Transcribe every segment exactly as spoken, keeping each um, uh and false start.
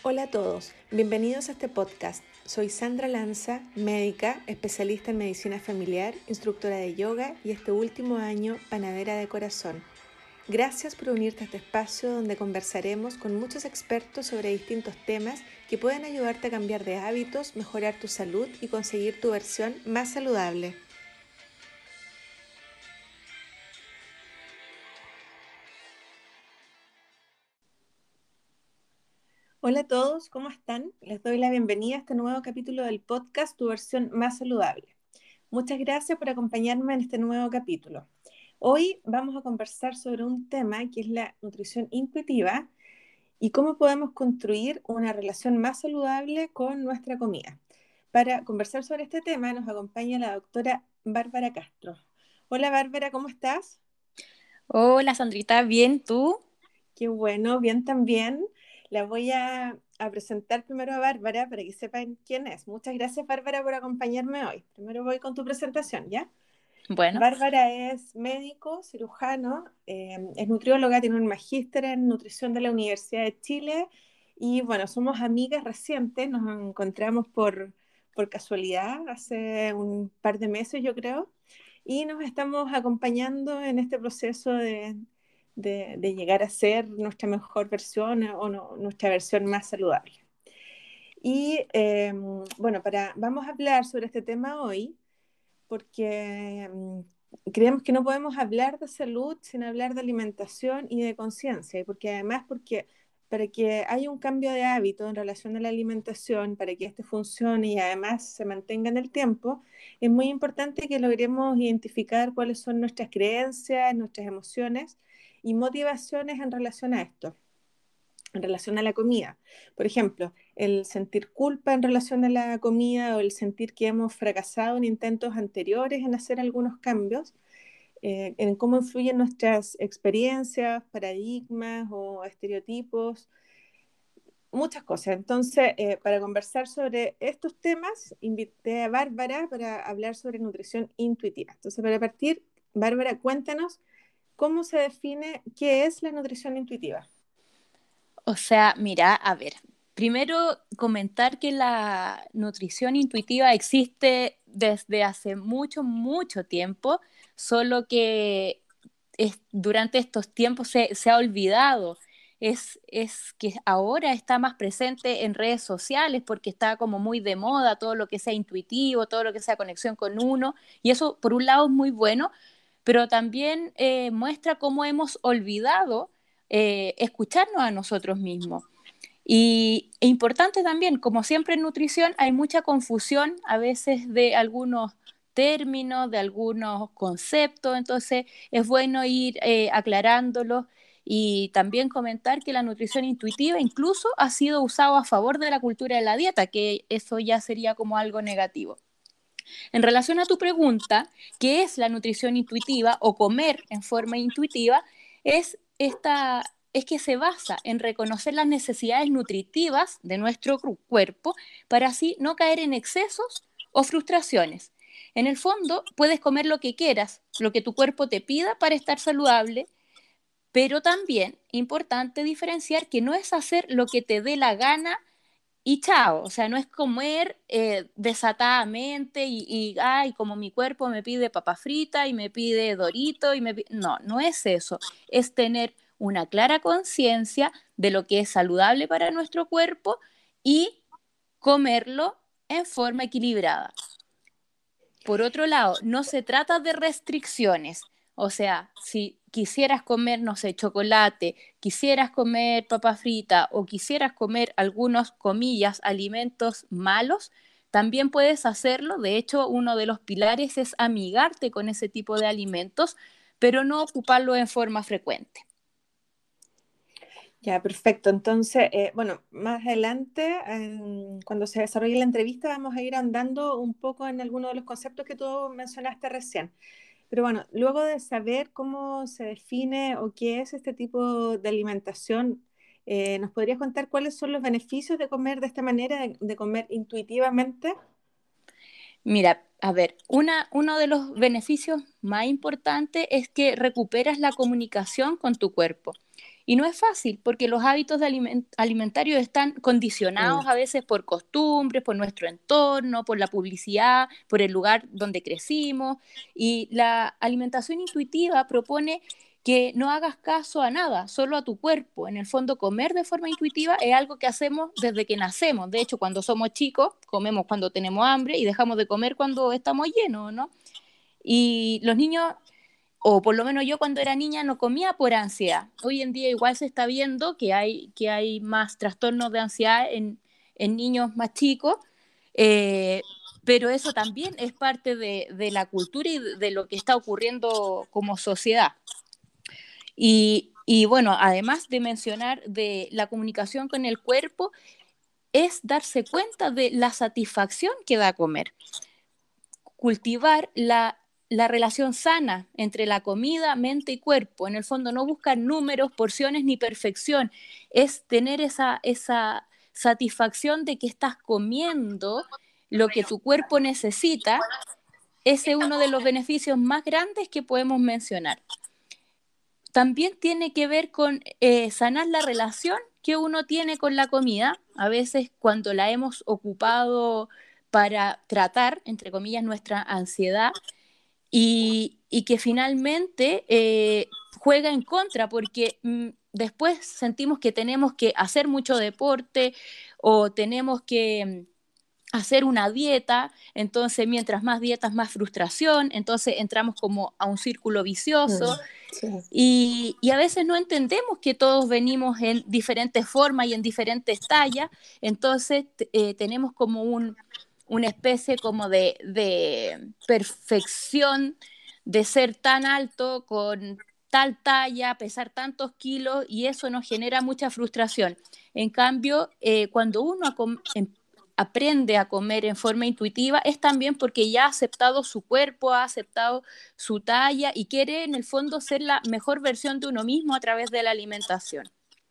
Hola a todos, bienvenidos a este podcast. Soy Sandra Lanza, médica, especialista en medicina familiar, instructora de yoga y este último año panadera de corazón. Gracias por unirte a este espacio donde conversaremos con muchos expertos sobre distintos temas que pueden ayudarte a cambiar de hábitos, mejorar tu salud y conseguir tu versión más saludable. Hola a todos, ¿cómo están? Les doy la bienvenida a este nuevo capítulo del podcast Tu versión más saludable. Muchas gracias por acompañarme en este nuevo capítulo. Hoy vamos a conversar sobre un tema que es la nutrición intuitiva y cómo podemos construir una relación más saludable con nuestra comida. Para conversar sobre este tema nos acompaña la doctora Bárbara Castro. Hola Bárbara, ¿cómo estás? Hola Sandrita, ¿bien tú? Qué bueno, bien también. La voy a, a presentar primero a Bárbara para que sepan quién es. Muchas gracias Bárbara por acompañarme hoy. Primero voy con tu presentación, ¿ya? Bueno, Bárbara es médico, cirujano, eh, es nutrióloga, tiene un magíster en nutrición de la Universidad de Chile y bueno, somos amigas recientes, nos encontramos por, por casualidad hace un par de meses yo creo y nos estamos acompañando en este proceso de, de, de llegar a ser nuestra mejor versión o no, nuestra versión más saludable. Y eh, bueno, para, vamos a hablar sobre este tema hoy porque um, creemos que no podemos hablar de salud sin hablar de alimentación y de conciencia, y porque además porque para que haya un cambio de hábito en relación a la alimentación, para que este funcione y además se mantenga en el tiempo, es muy importante que logremos identificar cuáles son nuestras creencias, nuestras emociones y motivaciones en relación a esto, en relación a la comida. Por ejemplo, el sentir culpa en relación a la comida o el sentir que hemos fracasado en intentos anteriores en hacer algunos cambios, eh, en cómo influyen nuestras experiencias, paradigmas o estereotipos, muchas cosas. Entonces, eh, para conversar sobre estos temas, invité a Bárbara para hablar sobre nutrición intuitiva. Entonces, para partir, Bárbara, cuéntanos cómo se define qué es la nutrición intuitiva. o sea, mira, a ver, primero comentar que la nutrición intuitiva existe desde hace mucho, mucho tiempo, solo que es, durante estos tiempos se, se ha olvidado. Es, es que ahora está más presente en redes sociales porque está como muy de moda todo lo que sea intuitivo, todo lo que sea conexión con uno, y eso por un lado es muy bueno, pero también eh, muestra cómo hemos olvidado eh, escucharnos a nosotros mismos. Y e importante también, como siempre en nutrición, hay mucha confusión a veces de algunos términos, de algunos conceptos, entonces es bueno ir eh, aclarándolos y también comentar que la nutrición intuitiva incluso ha sido usado a favor de la cultura de la dieta, que eso ya sería como algo negativo. En relación a tu pregunta, ¿qué es la nutrición intuitiva o comer en forma intuitiva? Es, esta, es que se basa en reconocer las necesidades nutritivas de nuestro cuerpo para así no caer en excesos o frustraciones. En el fondo, puedes comer lo que quieras, lo que tu cuerpo te pida para estar saludable, pero también importante diferenciar que no es hacer lo que te dé la gana y chao, o sea, no es comer eh, desatadamente y, y, ay, como mi cuerpo me pide papa frita y me pide dorito y me pide... No, no es eso, es tener una clara conciencia de lo que es saludable para nuestro cuerpo y comerlo en forma equilibrada. Por otro lado, no se trata de restricciones. O sea, si quisieras comer, no sé, chocolate, quisieras comer papa frita o quisieras comer algunos, comillas, alimentos malos, también puedes hacerlo. De hecho, uno de los pilares es amigarte con ese tipo de alimentos, pero no ocuparlo en forma frecuente. Ya, perfecto. Entonces, eh, bueno, más adelante, en- cuando se desarrolle la entrevista, vamos a ir andando un poco en algunos de los conceptos que tú mencionaste recién. Pero bueno, luego de saber cómo se define o qué es este tipo de alimentación, eh, ¿nos podrías contar cuáles son los beneficios de comer de esta manera, de, de comer intuitivamente? Mira, a ver, una, uno de los beneficios más importantes es que recuperas la comunicación con tu cuerpo. Y no es fácil, porque los hábitos de aliment alimentarios están condicionados Mm. a veces por costumbres, por nuestro entorno, por la publicidad, por el lugar donde crecimos. Y la alimentación intuitiva propone que no hagas caso a nada, solo a tu cuerpo. En el fondo, comer de forma intuitiva es algo que hacemos desde que nacemos. De hecho, cuando somos chicos, comemos cuando tenemos hambre y dejamos de comer cuando estamos llenos, ¿no? Y los niños, o por lo menos yo cuando era niña, no comía por ansiedad. Hoy en día igual se está viendo que hay, que hay más trastornos de ansiedad en, en niños más chicos, eh, pero eso también es parte de, de la cultura y de lo que está ocurriendo como sociedad. Y, y bueno, además de mencionar de la comunicación con el cuerpo, es darse cuenta de la satisfacción que da comer. Cultivar la, la relación sana entre la comida, mente y cuerpo. En el fondo, no buscar números, porciones ni perfección. Es tener esa, esa satisfacción de que estás comiendo lo que tu cuerpo necesita. Ese es uno de los beneficios más grandes que podemos mencionar. También tiene que ver con eh, sanar la relación que uno tiene con la comida. A veces cuando la hemos ocupado para tratar, entre comillas, nuestra ansiedad y, y que finalmente eh, juega en contra porque mm, después sentimos que tenemos que hacer mucho deporte o tenemos que hacer una dieta, entonces mientras más dietas, más frustración, entonces entramos como a un círculo vicioso. Mm. Sí. Y, y, a veces no entendemos que todos venimos en diferentes formas y en diferentes tallas, entonces eh, tenemos como un, una especie como de, de perfección de ser tan alto con tal talla, pesar tantos kilos y eso nos genera mucha frustración. En cambio, eh, cuando uno aprende a comer en forma intuitiva es también porque ya ha aceptado su cuerpo, ha aceptado su talla y quiere en el fondo ser la mejor versión de uno mismo a través de la alimentación.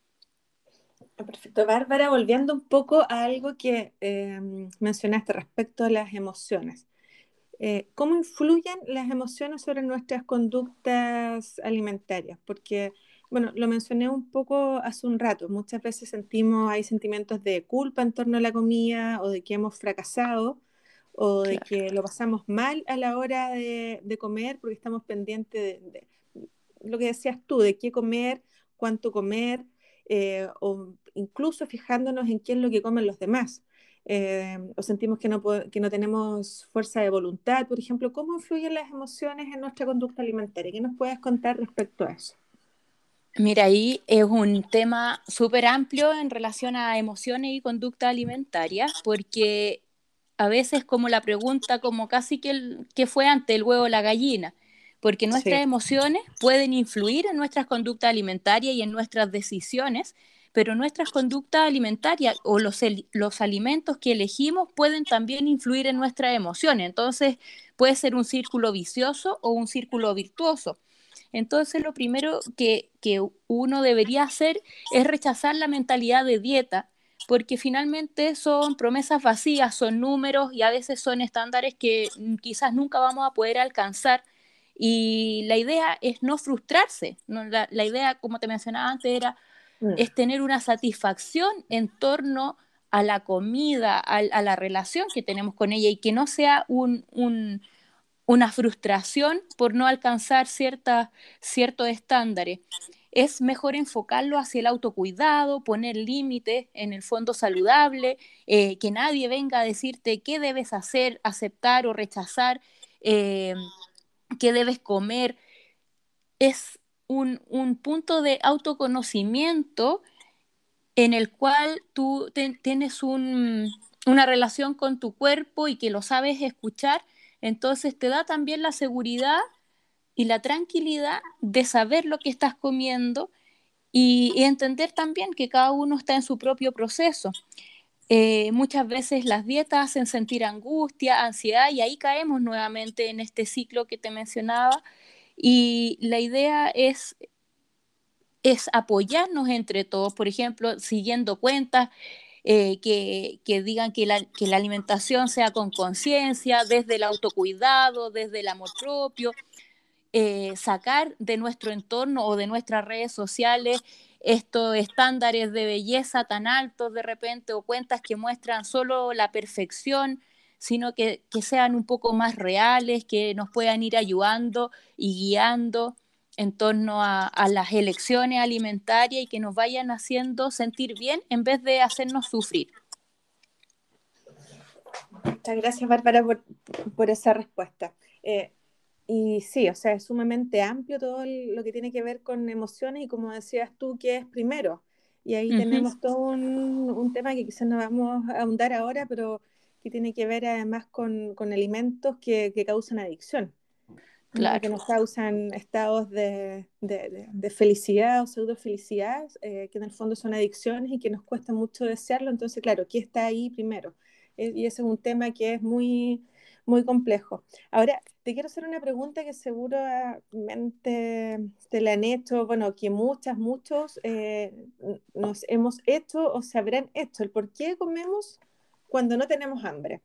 Perfecto, Bárbara, volviendo un poco a algo que eh, mencionaste respecto a las emociones. Eh, ¿cómo influyen las emociones sobre nuestras conductas alimentarias? Porque, bueno, lo mencioné un poco hace un rato, muchas veces sentimos, hay sentimientos de culpa en torno a la comida o de que hemos fracasado o de Claro. que lo pasamos mal a la hora de, de comer porque estamos pendientes de, de lo que decías tú, de qué comer, cuánto comer, eh, o incluso fijándonos en qué es lo que comen los demás. Eh, o sentimos que no, que no tenemos fuerza de voluntad, por ejemplo. ¿Cómo influyen las emociones en nuestra conducta alimentaria? ¿Qué nos puedes contar respecto a eso? Mira, ahí es un tema súper amplio en relación a emociones y conducta alimentaria, porque a veces como la pregunta como casi que, el, que fue antes el huevo o la gallina, porque Sí. nuestras emociones pueden influir en nuestras conductas alimentarias y en nuestras decisiones, pero nuestras conductas alimentarias o los, los alimentos que elegimos pueden también influir en nuestras emociones. Entonces puede ser un círculo vicioso o un círculo virtuoso. Entonces, lo primero que, que uno debería hacer es rechazar la mentalidad de dieta, porque finalmente son promesas vacías, son números y a veces son estándares que quizás nunca vamos a poder alcanzar. Y la idea es no frustrarse. ¿No? La, la idea, como te mencionaba antes, era, Mm. es tener una satisfacción en torno a la comida, a, a la relación que tenemos con ella y que no sea un, un una frustración por no alcanzar cierta, ciertos estándares. Es mejor enfocarlo hacia el autocuidado, poner límites en el fondo saludable, eh, que nadie venga a decirte qué debes hacer, aceptar o rechazar, eh, qué debes comer. Es un, un punto de autoconocimiento en el cual tú te, tienes un, una relación con tu cuerpo y que lo sabes escuchar, entonces te da también la seguridad y la tranquilidad de saber lo que estás comiendo y, y entender también que cada uno está en su propio proceso. Eh, muchas veces las dietas hacen sentir angustia, ansiedad y ahí caemos nuevamente en este ciclo que te mencionaba y la idea es es apoyarnos entre todos, por ejemplo, siguiendo cuentas eh, que, que, digan que la, que la alimentación sea con conciencia, desde el autocuidado, desde el amor propio, eh, sacar de nuestro entorno o de nuestras redes sociales estos estándares de belleza tan altos de repente o cuentas que muestran solo la perfección, sino que, que sean un poco más reales, que nos puedan ir ayudando y guiando en torno a, a las elecciones alimentarias y que nos vayan haciendo sentir bien en vez de hacernos sufrir. Muchas gracias, Bárbara, por, por esa respuesta. Eh, y sí, o sea, es sumamente amplio todo el- lo que tiene que ver con emociones y como decías tú, ¿qué es primero? Y ahí Ujú, tenemos todo un, un tema que quizás no vamos a ahondar ahora, pero que tiene que ver además con, con alimentos que, que causan adicción, ¿no? claro, Que nos causan estados de, de- de- de felicidad o pseudo felicidad, eh, que en el fondo son adicciones y que nos cuesta mucho desearlo. Entonces, claro, ¿qué está ahí primero? Eh, y ese es un tema que es muy, muy complejo. Ahora, te quiero hacer una pregunta que seguramente te la han hecho, bueno, que muchas, muchos eh, nos hemos hecho o se habrán hecho. ¿El por qué comemos cuando no tenemos hambre?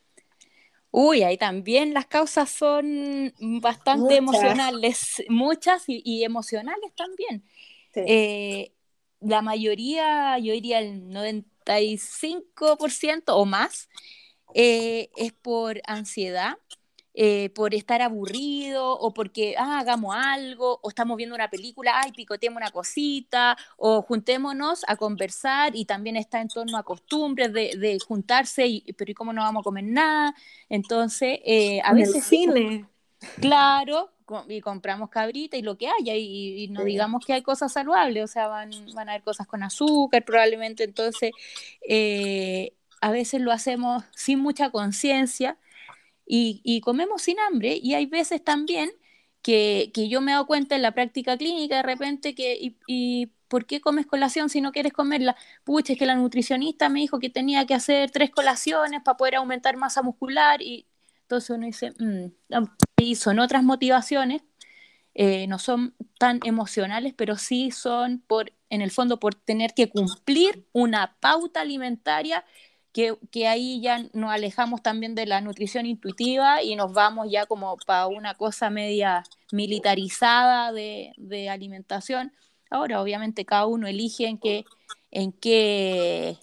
uy, ahí también las causas son bastante Muchas. emocionales, muchas y, y emocionales también. Sí. Eh, la mayoría, yo diría el noventa y cinco por ciento o más, eh, es por ansiedad, eh, por estar aburrido o porque ah, hagamos algo o estamos viendo una película, ay, picoteemos una cosita o juntémonos a conversar y también está en torno a costumbres de, de juntarse, y, pero ¿y cómo no vamos a comer nada? Entonces, eh, a En el veces sí, pues, cine. claro, y compramos cabrita y lo que haya, y, y no Sí. digamos que hay cosas saludables, o sea, van, van a haber cosas con azúcar probablemente, entonces eh, a veces lo hacemos sin mucha conciencia y, y comemos sin hambre, y hay veces también que, que yo me he dado cuenta en la práctica clínica de repente que, y, y ¿por qué comes colación si no quieres comerla? Pucha, es que la nutricionista me dijo que tenía que hacer tres colaciones para poder aumentar masa muscular, y entonces uno dice, mmm, y son otras motivaciones, eh, no son tan emocionales, pero sí son por, en el fondo, por tener que cumplir una pauta alimentaria que, que ahí ya nos alejamos también de la nutrición intuitiva y nos vamos ya como para una cosa media militarizada de, de alimentación. Ahora, obviamente, cada uno elige en qué, en qué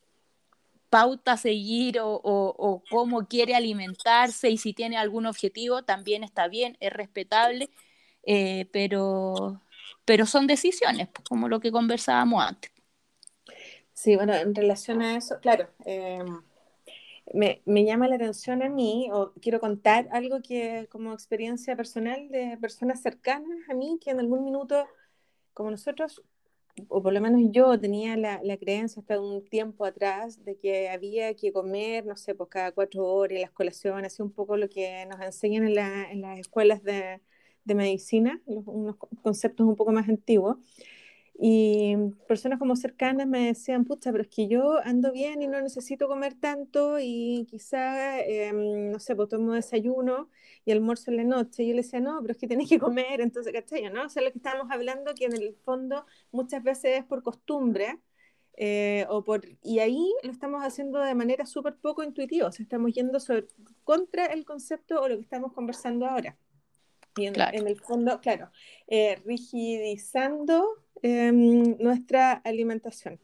pauta seguir o, o, o cómo quiere alimentarse y si tiene algún objetivo, también está bien, es respetable, eh, pero, pero son decisiones, pues, como lo que conversábamos antes. Sí, bueno, en relación a eso, claro, eh, me, me llama la atención a mí, o quiero contar algo que como experiencia personal de personas cercanas a mí, que en algún minuto, como nosotros, o por lo menos yo tenía la, la creencia hasta un tiempo atrás de que había que comer, no sé, pues cada cuatro horas, las colaciones, así un poco lo que nos enseñan en, la, en las escuelas de, de medicina, los, unos conceptos un poco más antiguos. Y personas como cercanas me decían, pucha, pero es que yo ando bien y no necesito comer tanto y quizá, eh, no sé, pues tomo desayuno y almuerzo en la noche. Y yo le decía, no, pero es que tenés que comer, entonces, ¿cachai? ¿No? O sea, lo que estábamos hablando, que en el fondo muchas veces es por costumbre. Eh, o por, y ahí lo estamos haciendo de manera súper poco intuitiva, o sea, estamos yendo sobre, contra el concepto o lo que estamos conversando ahora. Y en, Claro, en el fondo, claro, eh, rigidizando eh, nuestra alimentación.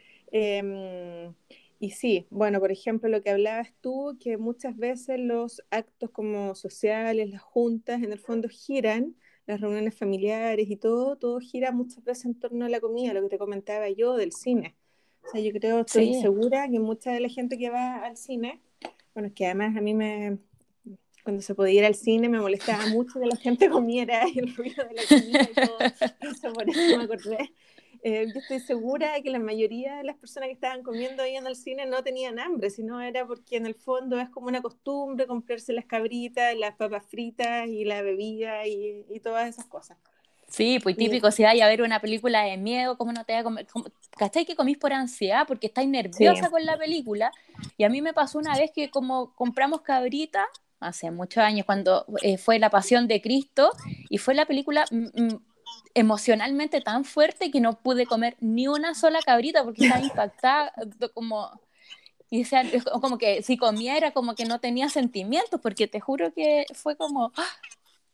Eh, y sí, bueno, por ejemplo, lo que hablabas tú, que muchas veces los actos como sociales, las juntas, en el fondo giran, las reuniones familiares y todo, todo gira muchas veces en torno a la comida, lo que te comentaba yo del cine. O sea, yo creo, estoy sí, segura que mucha de la gente que va al cine, bueno, es que además a mí me, cuando se podía ir al cine me molestaba mucho que la gente comiera y el ruido de la comida y todo. Entonces por eso me acordé. Eh, yo estoy segura de que la mayoría de las personas que estaban comiendo ahí en el cine no tenían hambre, sino era porque en el fondo es como una costumbre comprarse las cabritas, las papas fritas y la bebida y, y todas esas cosas. sí, pues Y, típico, si vais a ver una película de miedo, ¿cómo no te va a comer? ¿Cómo- ¿Cachai que comís por ansiedad? Porque estáis sí, nerviosa con la película. Y a mí me pasó una vez que como compramos cabrita, hace muchos años, cuando eh, fue La Pasión de Cristo, y fue la película mm, mm, emocionalmente tan fuerte que no pude comer ni una sola cabrita porque estaba impactada, eh, como, y decían, es como que si comía era como que no tenía sentimientos, porque te juro que fue como, ¡ah!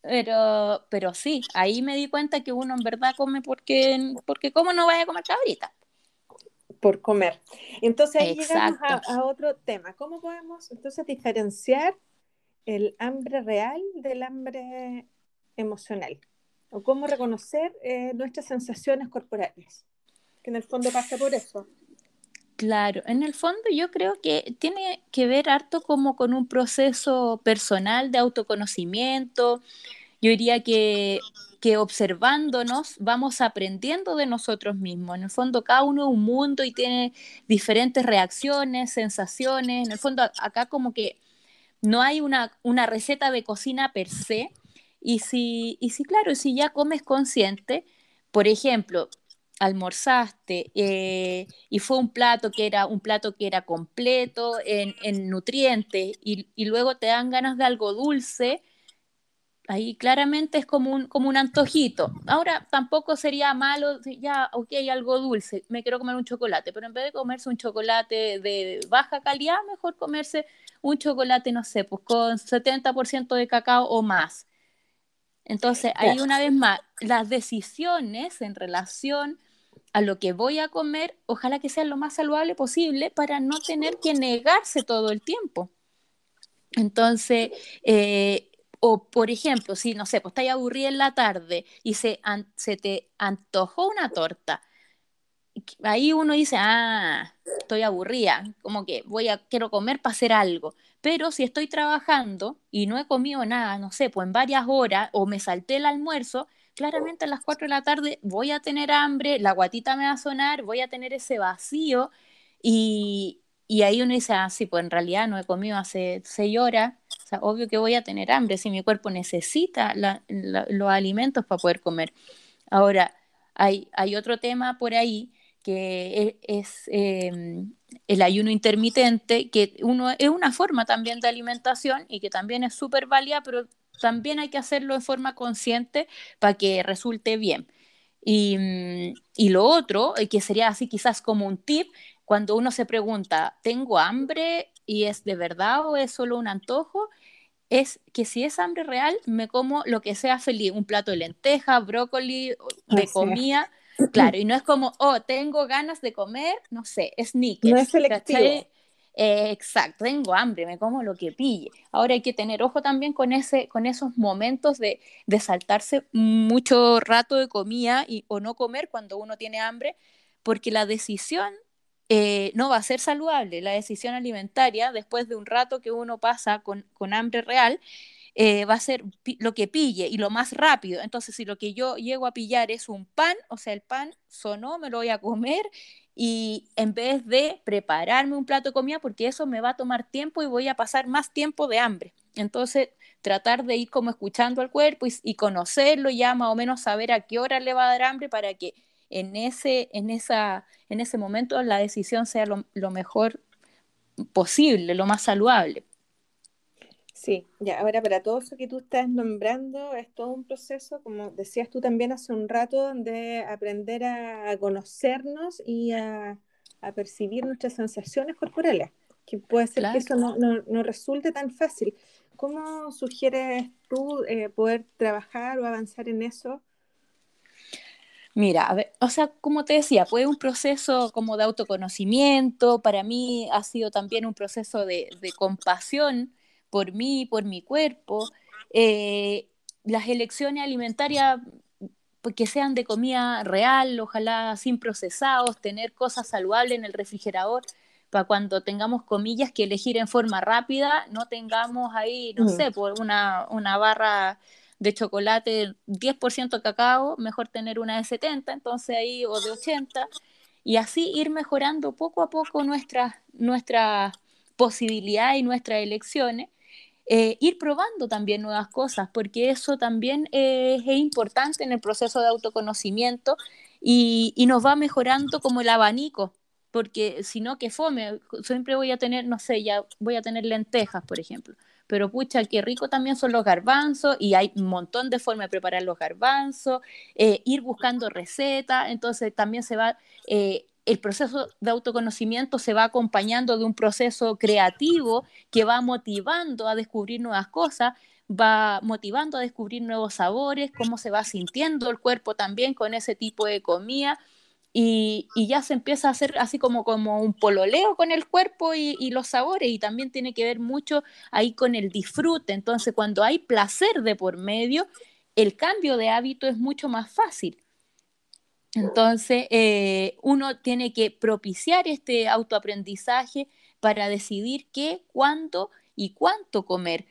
Pero, pero sí, ahí me di cuenta que uno en verdad come porque, porque ¿cómo no vaya a comer cabrita? Por comer. Entonces ahí llegamos a, Exacto. a otro tema. ¿Cómo podemos entonces diferenciar el hambre real del hambre emocional? ¿O cómo reconocer eh, nuestras sensaciones corporales? Que en el fondo pasa por eso. Claro, en el fondo yo creo que tiene que ver harto como con un proceso personal de autoconocimiento. Yo diría que, que observándonos vamos aprendiendo de nosotros mismos. En el fondo cada uno es un mundo y tiene diferentes reacciones, sensaciones. En el fondo a- acá como que no hay una, una receta de cocina per se. Y si, y si, claro, si ya comes consciente, por ejemplo, almorzaste eh, y fue un plato que era un plato que era completo en, en nutrientes y, y luego te dan ganas de algo dulce, ahí claramente es como un, como un antojito. Ahora, tampoco sería malo, si ya, ok, algo dulce, me quiero comer un chocolate, pero en vez de comerse un chocolate de baja calidad, mejor comerse un chocolate, no sé, pues con setenta por ciento de cacao o más. Entonces, ahí Claro. una vez más, las decisiones en relación a lo que voy a comer, ojalá que sea lo más saludable posible para no tener que negarse todo el tiempo. Entonces, eh, o por ejemplo, si no sé, pues estás aburrida en la tarde y se, an- se te antojó una torta, ahí uno dice, ah, estoy aburrida, como que voy a, quiero comer para hacer algo. Pero si estoy trabajando y no he comido nada, no sé, pues en varias horas, o me salté el almuerzo, claramente a las cuatro de la tarde voy a tener hambre, la guatita me va a sonar, voy a tener ese vacío y, y ahí uno dice, ah, sí, pues en realidad no he comido hace seis horas, o sea, obvio que voy a tener hambre si mi cuerpo necesita la- la- los alimentos para poder comer. Ahora, hay, hay otro tema por ahí que es, es, eh, el ayuno intermitente, que uno, es una forma también de alimentación y que también es súper válida, pero también hay que hacerlo de forma consciente para que resulte bien. Y, mm, y lo otro, eh, que sería así quizás como un tip, cuando uno se pregunta, ¿tengo hambre y es de verdad o es solo un antojo? Es que si es hambre real, me como lo que sea feliz, un plato de lentejas, brócoli, de Así es. comida, claro, y no es como, oh, tengo ganas de comer, no sé, No es sneakers, selectivo. ¿cachai? Eh, exacto, tengo hambre, me como lo que pille. Ahora hay que tener ojo también con, ese, con esos momentos de, de saltarse mucho rato de comida y, o no comer cuando uno tiene hambre, porque la decisión eh, no va a ser saludable. La decisión alimentaria, después de un rato que uno pasa con, con hambre real, eh, va a ser lo que pille y lo más rápido. Entonces, si lo que yo llego a pillar es un pan, o sea, el pan sonó, me lo voy a comer y en vez de prepararme un plato de comida, porque eso me va a tomar tiempo y voy a pasar más tiempo de hambre. Entonces, tratar de ir como escuchando al cuerpo y, y conocerlo, ya más o menos saber a qué hora le va a dar hambre para que en ese, en esa, en ese momento la decisión sea lo, lo mejor posible, lo más saludable. Sí, ya, ahora para todo eso que tú estás nombrando es todo un proceso, como decías tú también hace un rato, de aprender a, a conocernos y a, a percibir nuestras sensaciones corporales, que puede ser que Claro. eso no, no, no resulte tan fácil. ¿Cómo sugieres tú eh, poder trabajar o avanzar en eso? Mira, a ver, o sea, como te decía, fue un proceso como de autoconocimiento, para mí ha sido también un proceso de, de compasión por mí, por mi cuerpo. Eh, las elecciones alimentarias, pues, que sean de comida real, ojalá sin procesados, tener cosas saludables en el refrigerador, para cuando tengamos comillas que elegir en forma rápida, no tengamos ahí, no Mm, sé, por una, una barra de chocolate diez por ciento cacao, mejor tener una de setenta, entonces ahí, o de ochenta, y así ir mejorando poco a poco nuestras, nuestras posibilidades y nuestras elecciones, eh, ir probando también nuevas cosas, porque eso también eh, es importante en el proceso de autoconocimiento y, y nos va mejorando como el abanico, porque si no, que fome, siempre voy a tener, no sé, ya voy a tener lentejas, por ejemplo, pero pucha, qué rico también son los garbanzos y hay un montón de formas de preparar los garbanzos, eh, ir buscando recetas, entonces también se va, eh, el proceso de autoconocimiento se va acompañando de un proceso creativo que va motivando a descubrir nuevas cosas, va motivando a descubrir nuevos sabores, cómo se va sintiendo el cuerpo también con ese tipo de comida. Y, y ya se empieza a hacer así como, como un pololeo con el cuerpo y, y los sabores, y también tiene que ver mucho ahí con el disfrute. Entonces, cuando hay placer de por medio, el cambio de hábito es mucho más fácil. Entonces, eh, uno tiene que propiciar este autoaprendizaje para decidir qué, cuándo y cuánto comer.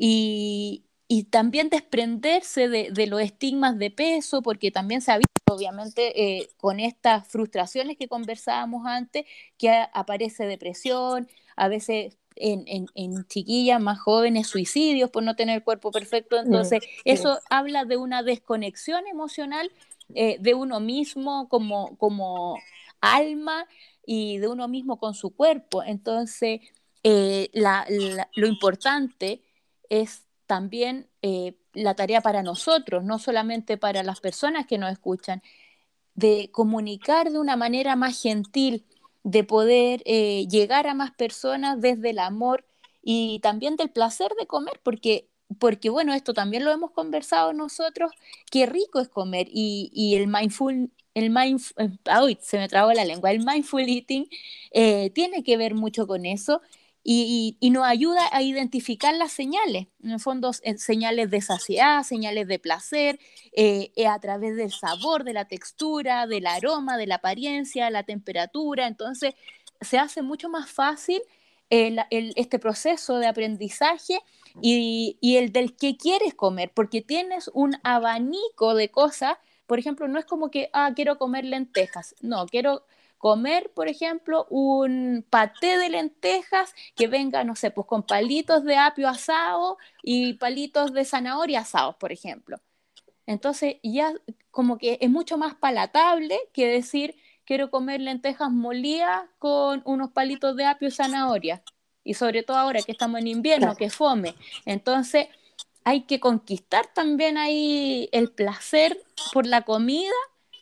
Y, y también desprenderse de, de los estigmas de peso, porque también se ha visto, obviamente, eh, con estas frustraciones que conversábamos antes, que a- aparece depresión, a veces en, en, en chiquillas más jóvenes, suicidios por no tener el cuerpo perfecto. Mm, Entonces, sí. eso habla de una desconexión emocional eh, de uno mismo como, como alma y de uno mismo con su cuerpo. Entonces, eh, la, la, lo importante es también eh, la tarea para nosotros, no solamente para las personas que nos escuchan, de comunicar de una manera más gentil, de poder eh, llegar a más personas desde el amor y también del placer de comer, porque, porque bueno, esto también lo hemos conversado nosotros, qué rico es comer y, y el mindful, el mindf ay, se me trabó la lengua, el mindful eating eh, tiene que ver mucho con eso. Y, y, y, nos ayuda a identificar las señales, en el fondo eh, señales de saciedad, señales de placer, eh, eh, a través del sabor, de la textura, del aroma, de la apariencia, la temperatura. Entonces, se hace mucho más fácil el, el, este proceso de aprendizaje y, y el del que quieres comer, porque tienes un abanico de cosas. Por ejemplo, no es como que, ah, quiero comer lentejas. No, quiero comer, por ejemplo, un paté de lentejas que venga, no sé, pues con palitos de apio asado y palitos de zanahoria asados, por ejemplo. Entonces ya como que es mucho más palatable que decir quiero comer lentejas molidas con unos palitos de apio y zanahoria. Y sobre todo ahora que estamos en invierno, Claro. que fome. Entonces hay que conquistar también ahí el placer por la comida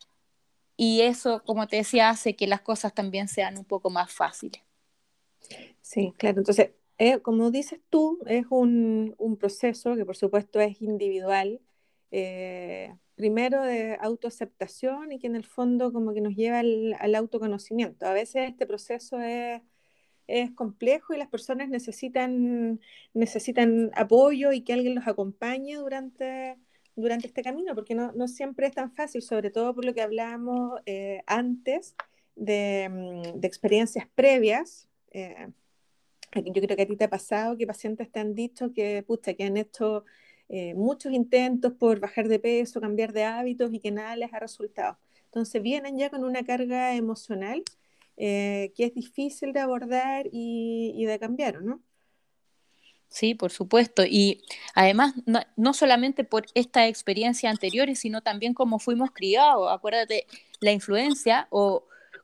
y eso, como te decía, hace que las cosas también sean un poco más fáciles. Sí, claro. Entonces, eh, como dices tú, es un, un proceso que por supuesto es individual, eh, primero de autoaceptación y que en el fondo como que nos lleva al, al autoconocimiento. A veces este proceso es, es complejo y las personas necesitan, necesitan apoyo y que alguien los acompañe durante, durante este camino, porque no, no siempre es tan fácil, sobre todo por lo que hablábamos eh, antes de, mm, de experiencias previas. eh, Yo creo que a ti te ha pasado que pacientes te han dicho que, pucha, que han hecho eh, muchos intentos por bajar de peso, cambiar de hábitos y que nada les ha resultado. Entonces vienen ya con una carga emocional eh, que es difícil de abordar y, y de cambiar, ¿no? Sí, por supuesto. Y además, no, no solamente por estas experiencias anteriores, sino también cómo fuimos criados. Acuérdate, la influencia o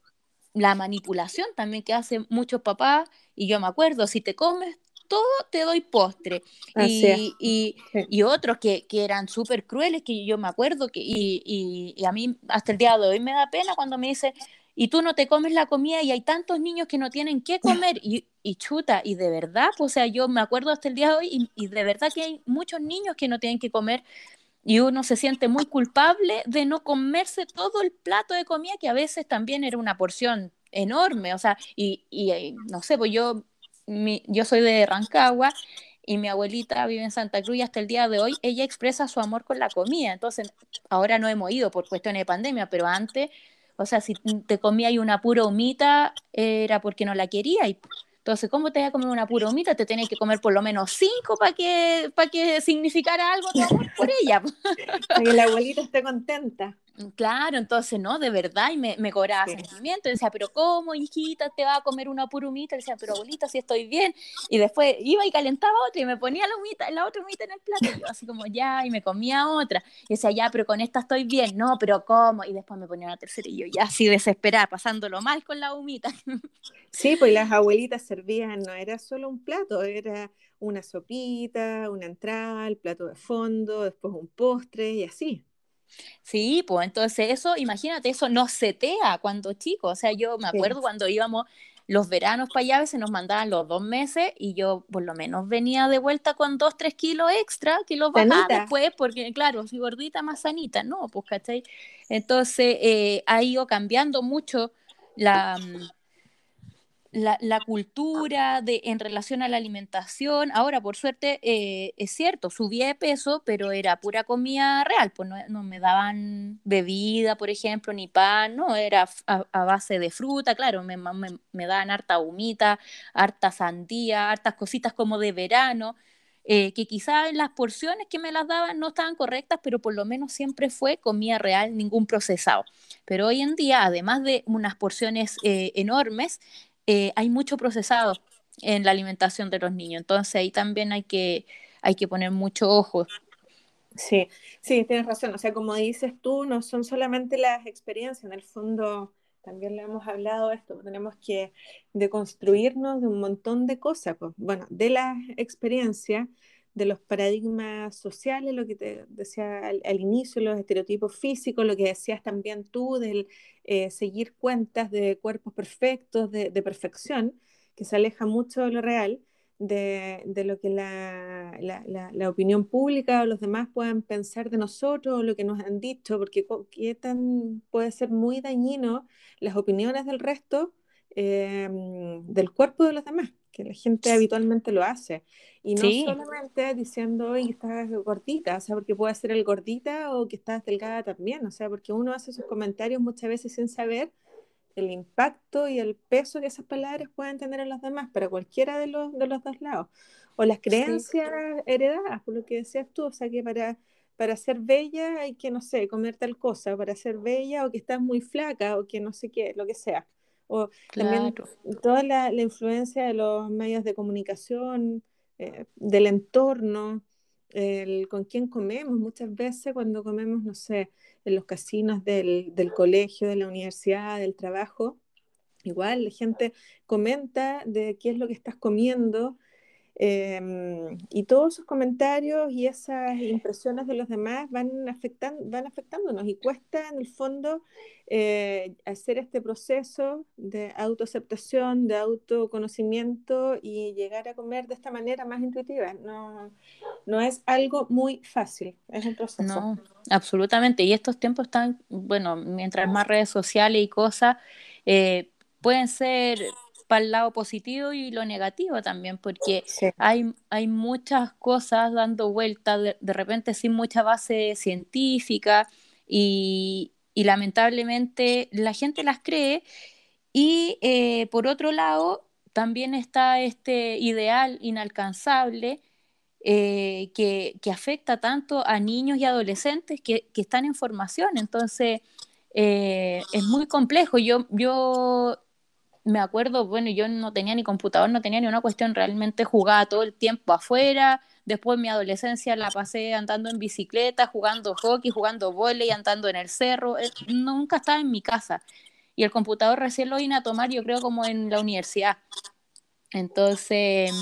la manipulación también que hacen muchos papás, y yo me acuerdo, si te comes todo, te doy postre. Así es. Y, y, Sí. y otros que, que eran súper crueles, que yo me acuerdo, que, y, y, y a mí hasta el día de hoy me da pena cuando me dicen, y tú no te comes la comida y hay tantos niños que no tienen qué comer, y, y chuta, y de verdad, pues, o sea, yo me acuerdo hasta el día de hoy, y, y de verdad que hay muchos niños que no tienen que comer y uno se siente muy culpable de no comerse todo el plato de comida, que a veces también era una porción enorme, o sea, y, y eh, no sé, pues yo, mi, yo soy de Rancagua y mi abuelita vive en Santa Cruz y hasta el día de hoy ella expresa su amor con la comida, entonces ahora no hemos ido por cuestiones de pandemia, pero antes, o sea, si te comías una pura humita era porque no la quería y entonces, ¿cómo te vas a comer una pura humita? Te tenés que comer por lo menos cinco para que, para que significara algo tu amor por ella. Para que la abuelita esté contenta. Claro, entonces, no, de verdad, y me, me cobraba Sí. sentimiento. Y decía, pero ¿cómo, hijita, te va a comer una pura humita? Y decía, pero abuelita, si estoy bien. Y después iba y calentaba otra y me ponía la humita, la otra humita en el plato. Y yo así como, ya, y me comía otra. Y decía, ya, pero con esta estoy bien. No, pero ¿cómo? Y después me ponía una tercera y yo ya así desesperada, pasándolo mal con la humita. Sí, pues las abuelitas servían, no era solo un plato, era una sopita, una entrada, el plato de fondo, después un postre y así. Sí, pues entonces eso, imagínate, eso nos setea cuando chicos. O sea, yo me Sí. acuerdo cuando íbamos los veranos para allá a veces nos mandaban los dos meses y yo por lo menos venía de vuelta con dos, tres kilos extra que los bajaba Sanita. después porque, claro, soy gordita más sanita, ¿no? Pues, ¿cachai? Entonces eh, ha ido cambiando mucho la... mm, la, la cultura de, en relación a la alimentación. Ahora, por suerte, eh, es cierto, subí de peso, pero era pura comida real, pues no, no me daban bebida, por ejemplo, ni pan, no, era a, a base de fruta, claro, me, me, me daban harta humita, harta sandía, hartas cositas como de verano. Eh, que quizás las porciones que me las daban no estaban correctas, pero por lo menos siempre fue comida real, ningún procesado. Pero hoy en día, además de unas porciones eh, enormes, eh, hay mucho procesado en la alimentación de los niños, entonces ahí también hay que, hay que poner mucho ojo. Sí, sí, tienes razón. O sea, como dices tú, no son solamente las experiencias, en el fondo también le hemos hablado de esto, tenemos que deconstruirnos de un montón de cosas, pues. Bueno, de las experiencias, de los paradigmas sociales, lo que te decía al, al inicio, los estereotipos físicos, lo que decías también tú, del eh, seguir cuentas de cuerpos perfectos, de, de perfección, que se aleja mucho de lo real de, de lo que la, la, la, la, opinión pública o los demás puedan pensar de nosotros, o lo que nos han dicho, porque qué tan puede ser muy dañino las opiniones del resto eh, del cuerpo de los demás, que la gente habitualmente lo hace. Y no Sí, solamente diciendo, oye, estás gordita, o sea, porque puede ser el gordita o que estás delgada también, o sea, porque uno hace sus comentarios muchas veces sin saber el impacto y el peso que esas palabras pueden tener en los demás, para cualquiera de los, de los dos lados. O las sí, creencias heredadas, por lo que decías tú, o sea que para, para ser bella hay que, no sé, comer tal cosa, para ser bella, o que estás muy flaca, o que no sé qué, lo que sea. O también claro, toda la, la influencia de los medios de comunicación, eh, del entorno, el, con quién comemos. Muchas veces cuando comemos, no sé, en los casinos del, del colegio, de la universidad, del trabajo, igual la gente comenta de qué es lo que estás comiendo, eh, y todos esos comentarios y esas impresiones de los demás van, afectan, van afectándonos, y cuesta en el fondo eh, hacer este proceso de autoaceptación, de autoconocimiento y llegar a comer de esta manera más intuitiva. No, no es algo muy fácil, es un proceso. no, absolutamente. Y estos tiempos están, bueno, mientras más redes sociales y cosas, eh, pueden ser para el lado positivo y lo negativo también, porque Sí. hay, hay muchas cosas dando vueltas, de, de repente sin mucha base científica, y, y lamentablemente la gente las cree. Y eh, por otro lado, también está este ideal inalcanzable, eh, que, que afecta tanto a niños y adolescentes que, que están en formación. Entonces, eh, es muy complejo. Yo, yo me acuerdo, bueno, yo no tenía ni computador, no tenía ni una cuestión, realmente jugaba todo el tiempo afuera. Después mi adolescencia la pasé andando en bicicleta, jugando hockey, jugando vóley, andando en el cerro. Eh, nunca estaba en mi casa. Y el computador recién lo vine a tomar, yo creo, como en la universidad. Entonces,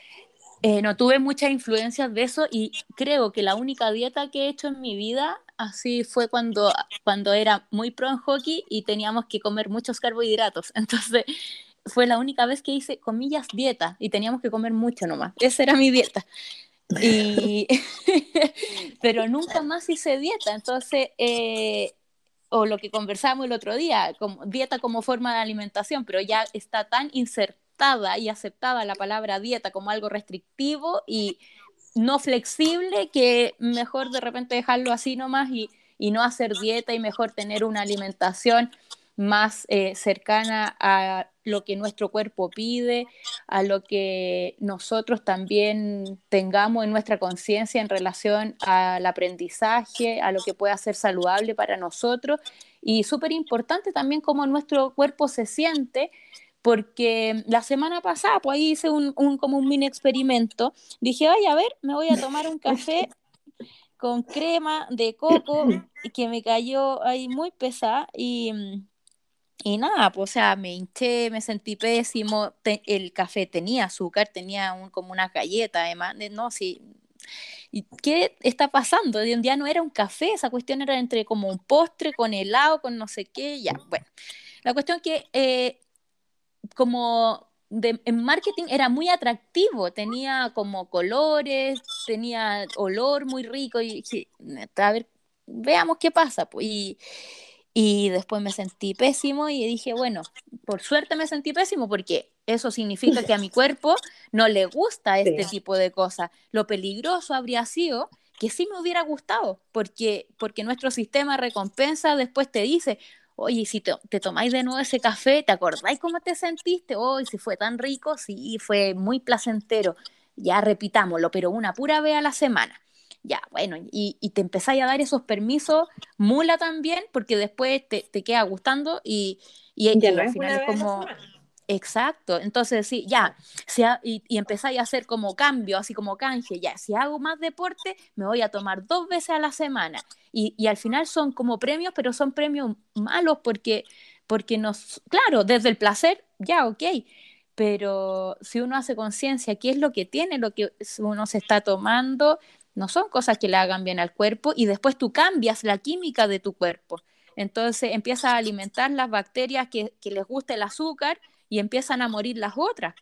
eh, no tuve muchas influencias de eso, y creo que la única dieta que he hecho en mi vida así fue cuando, cuando era muy pro en hockey y teníamos que comer muchos carbohidratos. Entonces fue la única vez que hice, comillas, dieta, y teníamos que comer mucho nomás. Esa era mi dieta. Y pero nunca más hice dieta. Entonces, eh, o lo que conversamos el otro día, como dieta como forma de alimentación, pero ya está tan insertada y aceptada la palabra dieta como algo restrictivo y no flexible, que mejor de repente dejarlo así nomás, y, y no hacer dieta, y mejor tener una alimentación más eh, cercana a lo que nuestro cuerpo pide, a lo que nosotros también tengamos en nuestra conciencia en relación al aprendizaje, a lo que pueda ser saludable para nosotros, y súper importante también cómo nuestro cuerpo se siente, porque la semana pasada pues ahí hice un, un, como un mini experimento. Dije, ay, a ver, me voy a tomar un café con crema de coco, y que me cayó ahí muy pesada, y, y nada, pues o sea, me hinché, me sentí pésimo. Te- el café tenía azúcar, tenía un, como una galleta además, de- no, sí. ¿Y qué está pasando? De un día no era un café, esa cuestión era entre como un postre con helado, con no sé qué, ya. Bueno, la cuestión que eh, como de, en marketing era muy atractivo, tenía como colores, tenía olor muy rico y dije, a ver, veamos qué pasa. Pues. Y, y después me sentí pésimo y dije, bueno, por suerte me sentí pésimo porque eso significa que a mi cuerpo no le gusta Sí. este tipo de cosas. Lo peligroso habría sido que sí me hubiera gustado, porque, porque nuestro sistema de recompensa después te dice, oye, si te, te tomáis de nuevo ese café, ¿te acordáis cómo te sentiste? Hoy, si fue tan rico, sí, fue muy placentero. Ya repitámoslo, pero una pura vez a la semana. Ya, bueno, y, y te empezáis a dar esos permisos mula también, porque después te, te queda gustando y, y, Ya y no al es final una es vez a la como, semana. exacto, entonces sí, ya, si ha- y, y empezáis a hacer como cambio, así como canje, ya, si hago más deporte, me voy a tomar dos veces a la semana. Y, y al final son como premios, pero son premios malos porque, porque nos, claro, desde el placer, ya, ok, pero si uno hace conciencia, qué es lo que tiene, lo que uno se está tomando, no son cosas que le hagan bien al cuerpo y después tú cambias la química de tu cuerpo. Entonces empiezas a alimentar las bacterias que, que les gusta el azúcar y empiezan a morir las otras.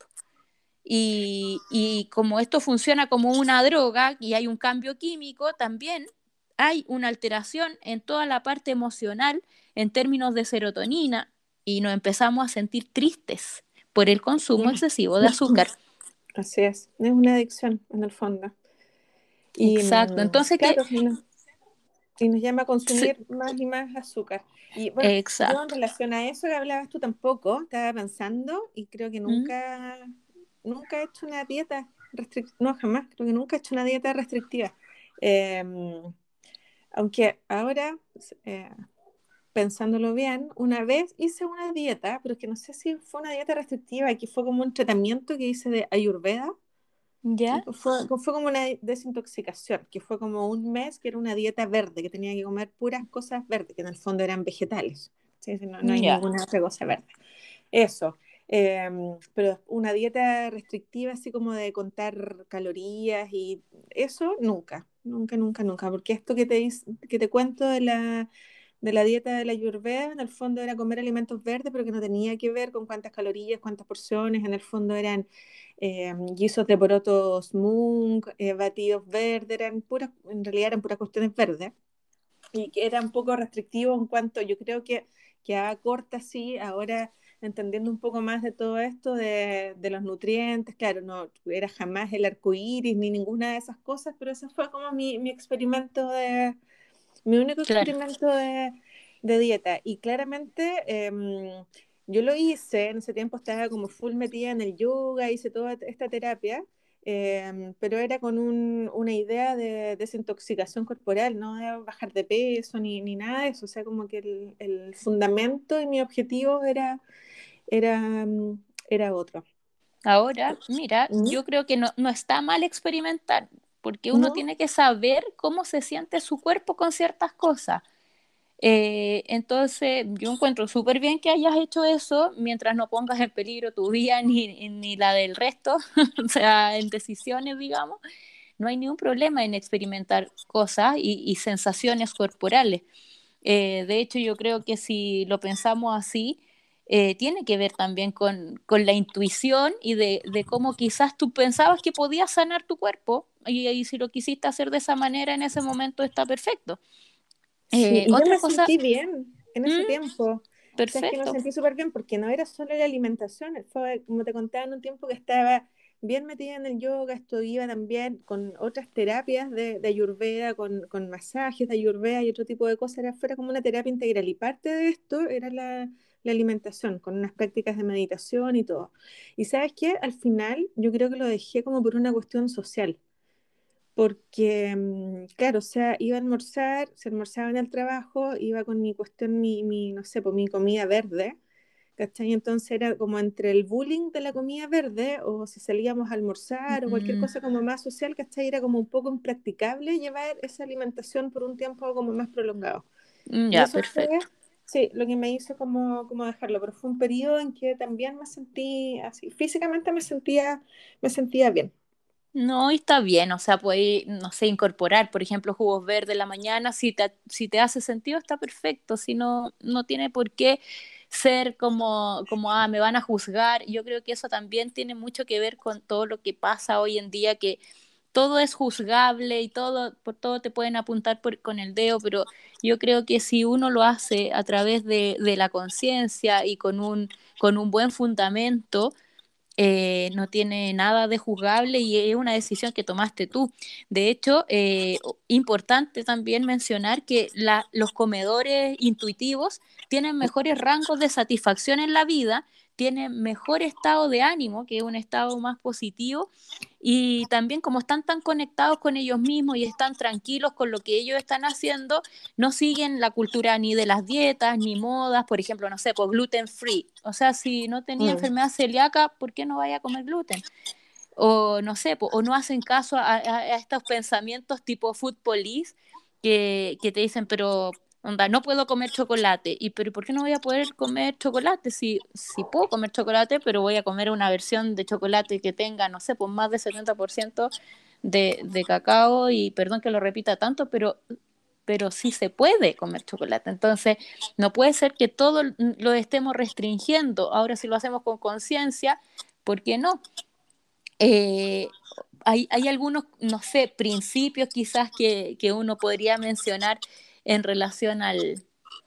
Y, y como esto funciona como una droga y hay un cambio químico, también hay una alteración en toda la parte emocional en términos de serotonina y nos empezamos a sentir tristes por el consumo Sí. excesivo de azúcar. Así es, es una adicción en el fondo. Y Exacto. mm, Entonces, que claro, y nos, y nos llama a sí, consumir más y más azúcar. Y bueno, yo en exacto. relación a eso que hablabas tú tampoco, estaba pensando y creo que ¿Mm? nunca, nunca he hecho una dieta restrictiva, no, jamás, creo que nunca he hecho una dieta restrictiva. Eh, Aunque ahora, eh, pensándolo bien, una vez hice una dieta, pero es que no sé si fue una dieta restrictiva, que fue como un tratamiento que hice de Ayurveda. ¿Ya? Fue, fue como una desintoxicación, que fue como un mes que era una dieta verde, que tenía que comer puras cosas verdes, que en el fondo eran vegetales. ¿Sí? Sí, no, no hay Ya. ninguna otra cosa verde. Eso. Eh, pero una dieta restrictiva, así como de contar calorías y eso, nunca, nunca, nunca, nunca. Porque esto que te, dis- que te cuento de la, de la dieta de la Ayurveda, en el fondo era comer alimentos verdes, pero que no tenía que ver con cuántas calorías, cuántas porciones. En el fondo eran eh, guisos de porotos mung, eh, batidos verdes, eran puras, en realidad eran puras cuestiones verdes y que era un poco restrictivo en cuanto, yo creo que, que a corta sí, ahora entendiendo un poco más de todo esto, de, de los nutrientes, claro, no era jamás el arco iris ni ninguna de esas cosas, pero ese fue como mi, mi experimento de, mi único Claro. experimento de, de dieta. Y claramente eh, yo lo hice, en ese tiempo estaba como full metida en el yoga, hice toda esta terapia, eh, pero era con un, una idea de desintoxicación corporal, no de bajar de peso ni, ni nada de eso. O sea, como que el, el fundamento y mi objetivo era, era, mm, era otro. Ahora, mira, ¿Mm? yo creo que no, no está mal experimentar, porque uno ¿No? tiene que saber cómo se siente su cuerpo con ciertas cosas. Eh, entonces, yo encuentro súper bien que hayas hecho eso mientras no pongas en peligro tu vida ni, ni la del resto, o sea, en decisiones, digamos. No hay ningún problema en experimentar cosas y, y sensaciones corporales. Eh, de hecho, yo creo que si lo pensamos así, eh, tiene que ver también con, con la intuición y de, de cómo quizás tú pensabas que podías sanar tu cuerpo y, y si lo quisiste hacer de esa manera en ese momento está perfecto. Sí, Eh, y yo otra me cosa, sentí bien en ese mm, tiempo. Sabes que me perfecto. sentí súper bien porque no era solo la alimentación, fue, como te contaba, en un tiempo que estaba bien metida en el yoga, esto iba también con otras terapias de, de Ayurveda, con, con masajes de Ayurveda y otro tipo de cosas, era fuera como una terapia integral. Y parte de esto era la, la alimentación, con unas prácticas de meditación y todo. Y sabes qué, al final yo creo que lo dejé como por una cuestión social porque, mm, claro, o sea, iba a almorzar, se almorzaba en el trabajo, iba con mi cuestión, mi, mi, no sé, pues mi comida verde, ¿cachai? Entonces era como entre el bullying de la comida verde o si salíamos a almorzar o cualquier Mm, cosa como más social, ¿cachai? Era como un poco impracticable llevar esa alimentación por un tiempo como más prolongado. mm, Y ya, eso fue, perfecto. sí, lo que me hizo como, como dejarlo, pero fue un periodo en que también me sentí así, físicamente me sentía, me sentía bien. No, y está bien, o sea, puede, no sé, incorporar, por ejemplo, jugos verdes en la mañana, si te, si te hace sentido, está perfecto, si no, no tiene por qué, ser como, como, ah, me van a juzgar. Yo creo que eso también tiene mucho que ver con todo lo que pasa hoy en día, que todo es juzgable y todo, por todo te pueden apuntar por, con el dedo, pero yo creo que si uno lo hace a través de, de la conciencia y con un, con un buen fundamento, eh, no tiene nada de juzgable y es una decisión que tomaste tú. De hecho, eh, importante también mencionar que la, los comedores intuitivos tienen mejores rangos de satisfacción en la vida, tienen mejor estado de ánimo, que es un estado más positivo, y también como están tan conectados con ellos mismos y están tranquilos con lo que ellos están haciendo, no siguen la cultura ni de las dietas, ni modas, por ejemplo, no sé, pues gluten free. O sea, si no tenía Mm, enfermedad celíaca, ¿por qué no vaya a comer gluten? O no sé, pues, o no hacen caso a, a, a estos pensamientos tipo food police que, que te dicen, pero onda, no puedo comer chocolate. ¿Y pero por qué no voy a poder comer chocolate? Si, si puedo comer chocolate, pero voy a comer una versión de chocolate que tenga, no sé, pues más de setenta por ciento de, de cacao, y perdón que lo repita tanto, pero pero sí se puede comer chocolate. Entonces, no puede ser que todo lo estemos restringiendo. Ahora, si lo hacemos con conciencia, ¿por qué no? Eh, hay, hay algunos, no sé, principios quizás que, que uno podría mencionar en relación al,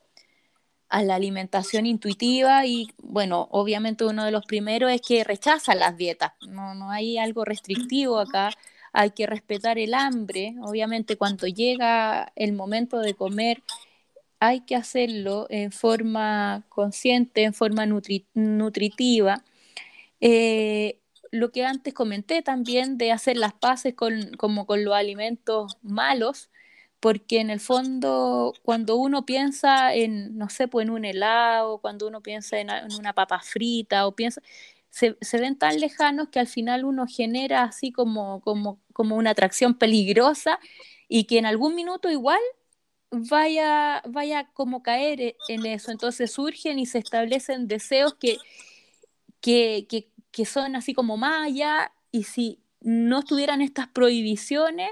a la alimentación intuitiva y bueno, obviamente uno de los primeros es que rechaza las dietas, no, no hay algo restrictivo acá, hay que respetar el hambre, obviamente cuando llega el momento de comer hay que hacerlo en forma consciente, en forma nutri nutritiva. Eh, lo que antes comenté también de hacer las paces con, como con los alimentos malos, porque en el fondo cuando uno piensa en, no sé, pues en un helado, cuando uno piensa en, en una papa frita o piensa, se, se, ven tan lejanos que al final uno genera así como, como, como una atracción peligrosa y que en algún minuto igual vaya, vaya como caer en eso. Entonces surgen y se establecen deseos que, que, que, que son así como más allá, y si no estuvieran estas prohibiciones,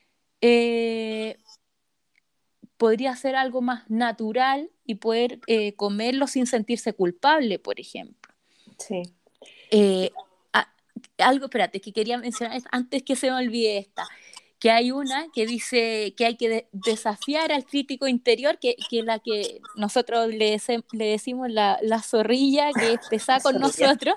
eh, podría ser algo más natural y poder eh, comerlo sin sentirse culpable, por ejemplo. sí. Eh, a, algo, espérate, que quería mencionar antes que se me olvide esta, que hay una que dice que hay que de desafiar al crítico interior, que, que la que nosotros le, le decimos la, la zorrilla, que es pesada con Sorry. nosotros,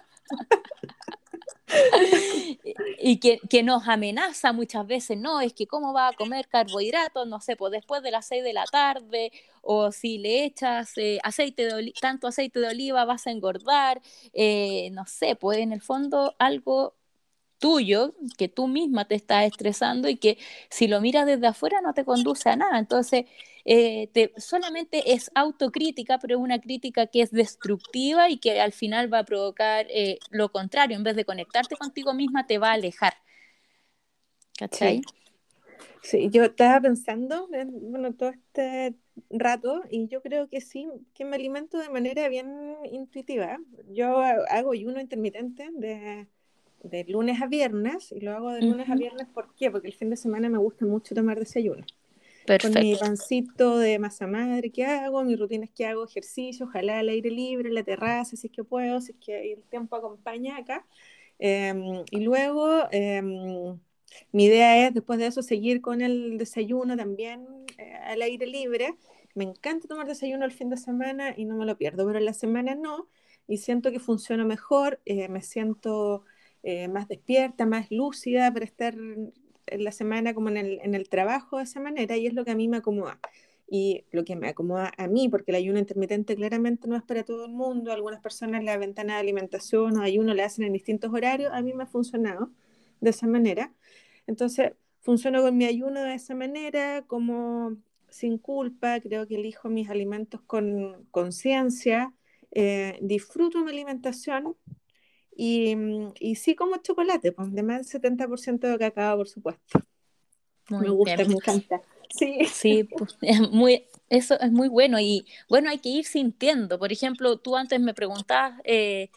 y que, que, nos amenaza muchas veces, no, es que cómo va a comer carbohidratos, no sé, pues después de las seis de la tarde, o si le echas eh, aceite de tanto aceite de oliva vas a engordar, eh, no sé, pues en el fondo algo tuyo, que tú misma te estás estresando y que si lo miras desde afuera no te conduce a nada. Entonces, eh, te, solamente es autocrítica, pero es una crítica que es destructiva y que al final va a provocar eh, lo contrario. En vez de conectarte contigo misma, te va a alejar. Sí, ¿Cachai? sí, yo estaba pensando, en, bueno, todo este rato y yo creo que sí, que me alimento de manera bien intuitiva. Yo ha- hago ayuno intermitente de, de lunes a viernes y lo hago de lunes a Ujú. viernes, ¿por qué? Porque el fin de semana me gusta mucho tomar desayuno. Con mi Perfecto. pancito de masa madre que hago, mis rutinas que hago, ejercicio, ojalá al aire libre, en la terraza, si es que puedo, si es que el tiempo acompaña acá. Em, y luego, em, mi idea es después de eso seguir con el desayuno también eh, al aire libre. Me encanta tomar desayuno el fin de semana y no me lo pierdo, pero en la semana no. Y siento que funciona mejor, eh, me siento eh, más despierta, más lúcida para estar en la semana como en el, en el trabajo de esa manera y es lo que a mí me acomoda. Y lo que me acomoda a mí, porque el ayuno intermitente claramente no es para todo el mundo, algunas personas la ventana de alimentación o ayuno la hacen en distintos horarios, a mí me ha funcionado de esa manera. Entonces, funciono con mi ayuno de esa manera, como sin culpa, creo que elijo mis alimentos con conciencia, eh, disfruto mi alimentación y, y sí como chocolate, pues de más del setenta por ciento de cacao, por supuesto. Me Muy bien. gusta, me encanta. Sí, Sí, pues, es muy, eso es muy bueno y bueno, hay que ir sintiendo. Por ejemplo, tú antes me preguntabas, eh,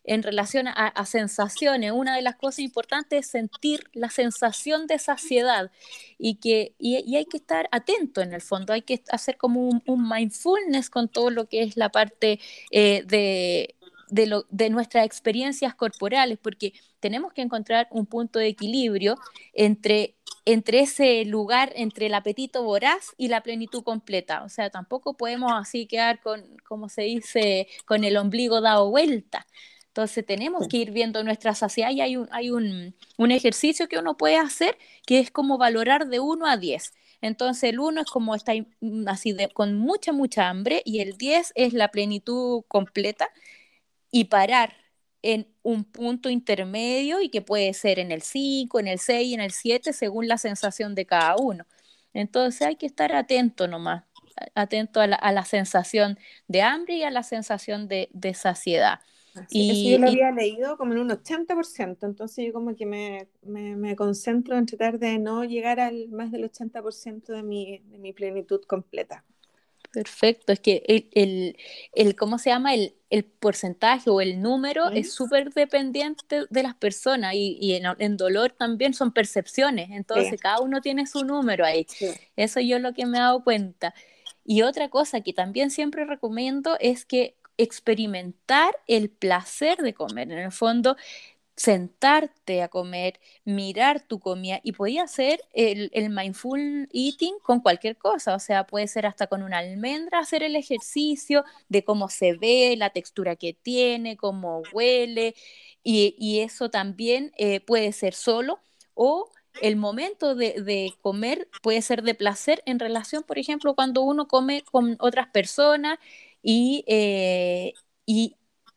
en relación a, a sensaciones. Una de las cosas importantes es sentir la sensación de saciedad y, que, y, y hay que estar atento en el fondo, hay que hacer como un, un mindfulness con todo lo que es la parte eh, de, de, lo, de nuestras experiencias corporales, porque tenemos que encontrar un punto de equilibrio entre entre ese lugar, entre el apetito voraz y la plenitud completa. O sea, tampoco podemos así quedar con, como se dice, con el ombligo dado vuelta. Entonces tenemos que ir viendo nuestra saciedad y hay un, hay un, un ejercicio que uno puede hacer que es como valorar de uno a diez. Entonces el uno es como está así de, con mucha, mucha hambre y el diez es la plenitud completa y parar en un punto intermedio y que puede ser en el cinco, en el seis, en el siete, según la sensación de cada uno. Entonces hay que estar atento nomás, atento a la, a la sensación de hambre y a la sensación de, de saciedad. Así, eso yo Y, lo y había leído como en un ochenta por ciento, entonces yo como que me, me, me concentro en tratar de no llegar al más del ochenta por ciento de mi, de mi plenitud completa. Perfecto, es que el, el, el ¿cómo se llama? El, el porcentaje o el número ¿Mm? es súper dependiente de las personas y, y en, en dolor también son percepciones, Sí, entonces cada uno tiene su número ahí. sí. Eso yo lo que me he dado cuenta. Y otra cosa que también siempre recomiendo es que experimentar el placer de comer. En el fondo, sentarte a comer, mirar tu comida y podía hacer el, el mindful eating con cualquier cosa, o sea, puede ser hasta con una almendra hacer el ejercicio de cómo se ve, la textura que tiene, cómo huele y, y eso también eh, puede ser solo o el momento de, de, comer puede ser de placer en relación, por ejemplo, cuando uno come con otras personas y, eh, y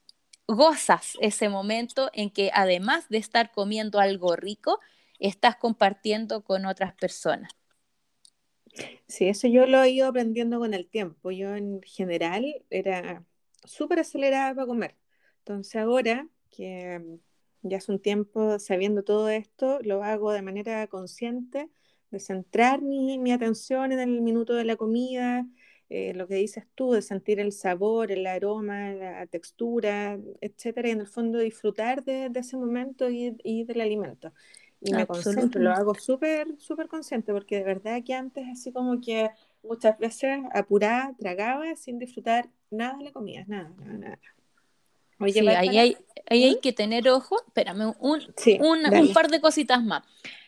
gozas ese momento en que además de estar comiendo algo rico, estás compartiendo con otras personas. Sí, eso yo lo he ido aprendiendo con el tiempo. Yo en general era súper acelerada para comer. Entonces ahora que mm, ya hace un tiempo sabiendo todo esto, lo hago de manera consciente, de centrar mi, mi atención en el minuto de la comida, eh, lo que dices tú, de sentir el sabor, el aroma, la textura, etcétera, y en el fondo disfrutar de, de ese momento y, y del alimento. Y me concentro, lo Absolutamente. hago súper, súper consciente, porque de verdad que antes así como que muchas veces apurada, tragaba sin disfrutar nada de la comida, nada, nada, nada. Oye, Sí, ahí Bárbara, hay, ahí ¿mm? hay que tener ojo. Espérame, un, Sí, un, un dale. par de cositas más.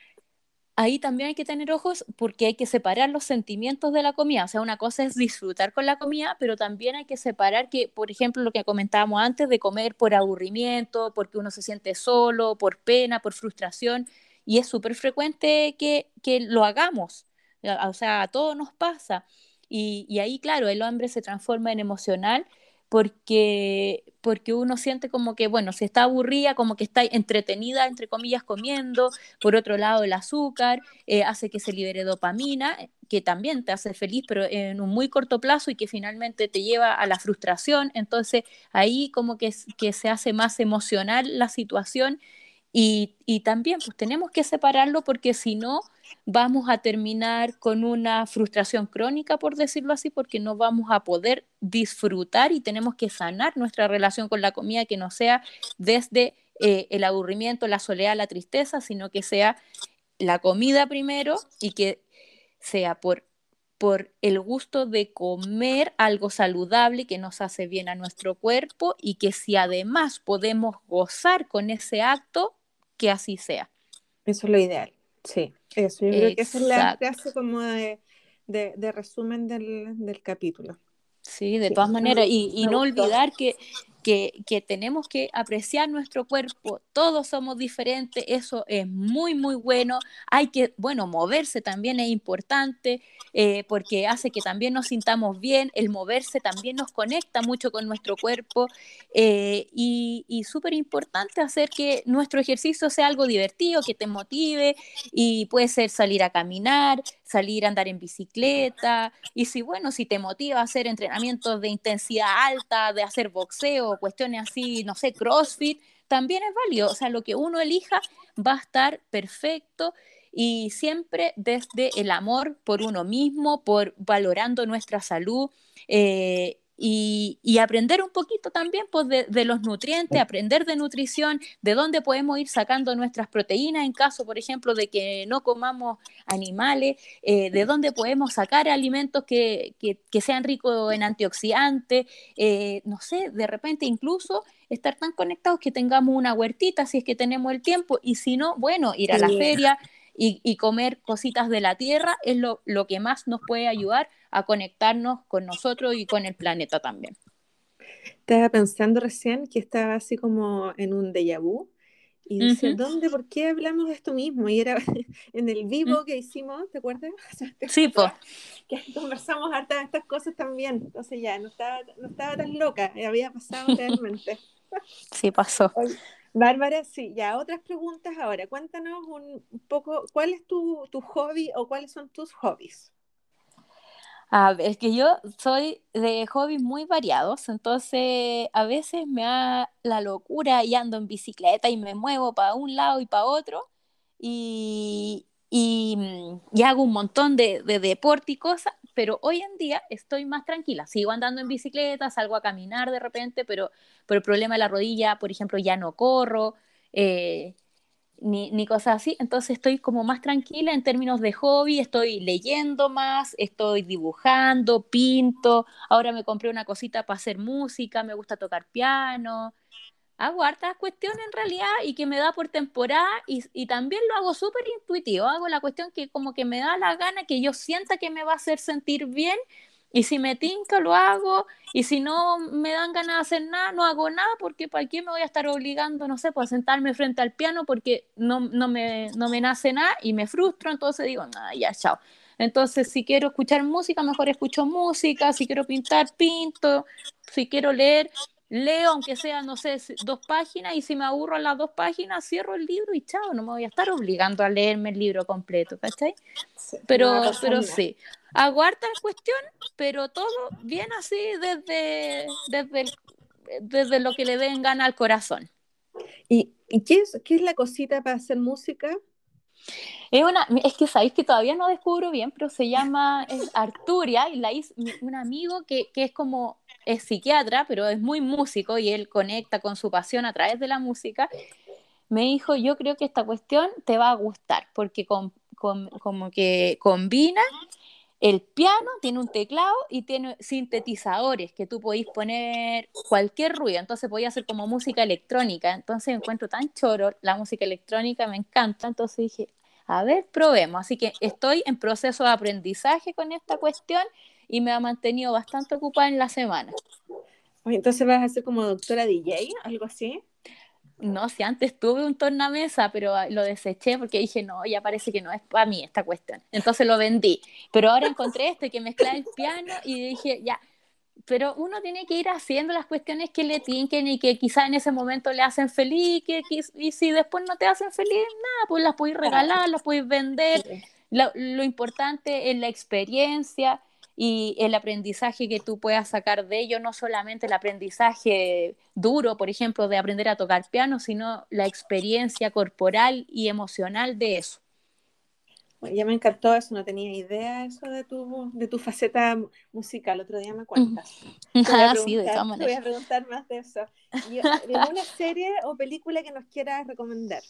Ahí también hay que tener ojos porque hay que separar los sentimientos de la comida. O sea, una cosa es disfrutar con la comida, pero también hay que separar que, por ejemplo, lo que comentábamos antes de comer por aburrimiento, porque uno se siente solo, por pena, por frustración, y es súper frecuente que, que lo hagamos. O sea, a todos nos pasa. Y, y ahí, claro, el hambre se transforma en emocional porque, porque uno siente como que, bueno, si está aburrida, como que está entretenida, entre comillas, comiendo. Por otro lado, el azúcar eh, hace que se libere dopamina, que también te hace feliz, pero en un muy corto plazo y que finalmente te lleva a la frustración. Entonces, ahí como que, que se hace más emocional la situación y, y también pues tenemos que separarlo porque si no vamos a terminar con una frustración crónica, por decirlo así, porque no vamos a poder disfrutar y tenemos que sanar nuestra relación con la comida, que no sea desde eh, el aburrimiento, la soledad, la tristeza, sino que sea la comida primero y que sea por, por el gusto de comer algo saludable que nos hace bien a nuestro cuerpo y que si además podemos gozar con ese acto, que así sea. Eso es lo ideal. Sí, eso. Yo creo que esa es la Exacto. frase como de, de, de resumen del, del capítulo. Sí, de Sí, todas me, maneras, y, y me no gustó. olvidar que, que, que tenemos que apreciar nuestro cuerpo, todos somos diferentes, eso es muy, muy bueno, hay que, bueno, moverse también es importante, eh, porque hace que también nos sintamos bien, el moverse también nos conecta mucho con nuestro cuerpo, eh, y, y súper importante hacer que nuestro ejercicio sea algo divertido, que te motive, y puede ser salir a caminar, salir a andar en bicicleta, y si, bueno, si te motiva a hacer entrenamientos de intensidad alta, de hacer boxeo, cuestiones así, no sé, CrossFit, también es válido. O sea, lo que uno elija va a estar perfecto y siempre desde el amor por uno mismo, por valorando nuestra salud. Eh, y, y aprender un poquito también pues, de, de los nutrientes, aprender de nutrición, de dónde podemos ir sacando nuestras proteínas en caso, por ejemplo, de que no comamos animales, eh, de dónde podemos sacar alimentos que, que, que sean ricos en antioxidantes, eh, no sé, de repente incluso estar tan conectados que tengamos una huertita si es que tenemos el tiempo, y si no, bueno, ir a la Sí. feria y, y comer cositas de la tierra es lo, lo que más nos puede ayudar a conectarnos con nosotros y con el planeta también. Estaba pensando recién que estaba así como en un déjà vu y decía, Ujú, ¿dónde, por qué hablamos de esto mismo? Y era en el mm, vivo que hicimos, ¿te acuerdas? Hace tiempo sí, pues, atrás, que conversamos harta de estas cosas también. Entonces ya, no estaba, no estaba tan loca, había pasado realmente. sí pasó. Oye, Bárbara, sí, ya otras preguntas ahora. Cuéntanos un poco, ¿cuál es tu, tu hobby o cuáles son tus hobbies? A ver, es que yo soy de hobbies muy variados, entonces a veces me da la locura y ando en bicicleta y me muevo para un lado y para otro y, y, mm, y hago un montón de, de deporte y cosas, pero hoy en día estoy más tranquila. Sigo andando en bicicleta, salgo a caminar de repente, pero por el problema de la rodilla, por ejemplo, ya no corro. eh, ni, ni cosas así. Entonces estoy como más tranquila en términos de hobby, estoy leyendo más, estoy dibujando, pinto, ahora me compré una cosita para hacer música, me gusta tocar piano. Hago hartas cuestiones en realidad y que me da por temporada y, y también lo hago súper intuitivo. Hago la cuestión que como que me da la gana, que yo sienta que me va a hacer sentir bien y si me tinca lo hago y si no me dan ganas de hacer nada, no hago nada porque ¿para qué me voy a estar obligando, no sé, pues a sentarme frente al piano porque no, no me, no me nace nada y me frustro, entonces digo, nada, ya, chao. Entonces, si quiero escuchar música, mejor escucho música, si quiero pintar, pinto, si quiero leer, leo, aunque sea, no sé, dos páginas, y si me aburro en las dos páginas, cierro el libro y chao, no me voy a estar obligando a leerme el libro completo, ¿cachai? Sí, no va a Pero, pasar pero nada. sí, hago harta cuestión, pero todo bien así desde, desde, el- desde lo que le den gana al corazón. ¿Y, y qué es, qué es la cosita para hacer música? Es, una, es que sabéis que todavía no descubro bien, pero se llama es Arturia y la hizo mi- un amigo que, que es como, es psiquiatra, pero es muy músico y él conecta con su pasión a través de la música. Me dijo, yo creo que esta cuestión te va a gustar porque con, con- como que combina el piano, tiene un teclado y tiene sintetizadores que tú podéis poner cualquier ruido, entonces podía hacer como música electrónica, entonces encuentro tan choro, la música electrónica me encanta, entonces dije, a ver, probemos, así que estoy en proceso de aprendizaje con esta cuestión y me ha mantenido bastante ocupada en la semana. Oye, entonces vas a ser como doctora D J, algo así. No sé, antes tuve un tornamesa, pero lo deseché porque dije, no, ya parece que no es para mí esta cuestión. Entonces lo vendí. Pero ahora encontré este que mezcla el piano y dije, ya, pero uno tiene que ir haciendo las cuestiones que le tinquen y que quizá en ese momento le hacen feliz, que, que- y si después no te hacen feliz, nada, pues las puedes Claro, regalar, las puedes vender. sí. Lo, lo importante es la experiencia y el aprendizaje que tú puedas sacar de ello, no solamente el aprendizaje duro, por ejemplo, de aprender a tocar piano, sino la experiencia corporal y emocional de eso. Bueno, ya me encantó eso, no tenía idea eso de tu, de tu faceta musical. Otro día me Ujú. cuentas. Te voy a Ah, sí, de preguntar, todas te voy maneras. a preguntar más de eso. ¿Y alguna serie o película que nos quieras recomendar?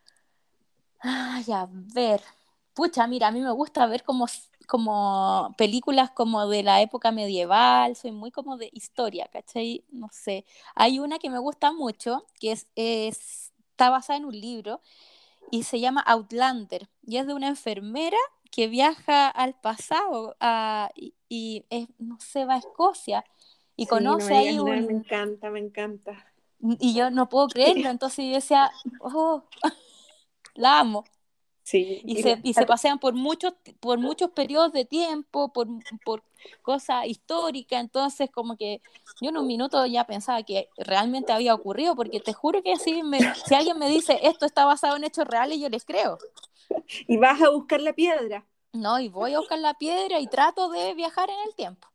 Ay, a ver. Pucha, mira, a mí me gusta ver como, como películas como de la época medieval, soy muy como de historia, ¿cachai? No sé. Hay una que me gusta mucho, que es, es- está basada en un libro y se llama Outlander, y es de una enfermera que viaja al pasado a- y, y es- no sé, va a Escocia y Sí, no conoce me digas ahí nada, me un... encanta, me encanta. Y yo no puedo creerlo, entonces yo decía, oh, la amo. Sí, Y y se, la- y se pasean por muchos, por muchos periodos de tiempo, por, por cosas históricas, entonces como que yo en un minuto ya pensaba que realmente había ocurrido, porque te juro que si, me, si alguien me dice esto está basado en hechos reales, yo les creo. y vas a buscar la piedra. No, y voy a buscar la piedra y trato de viajar en el tiempo.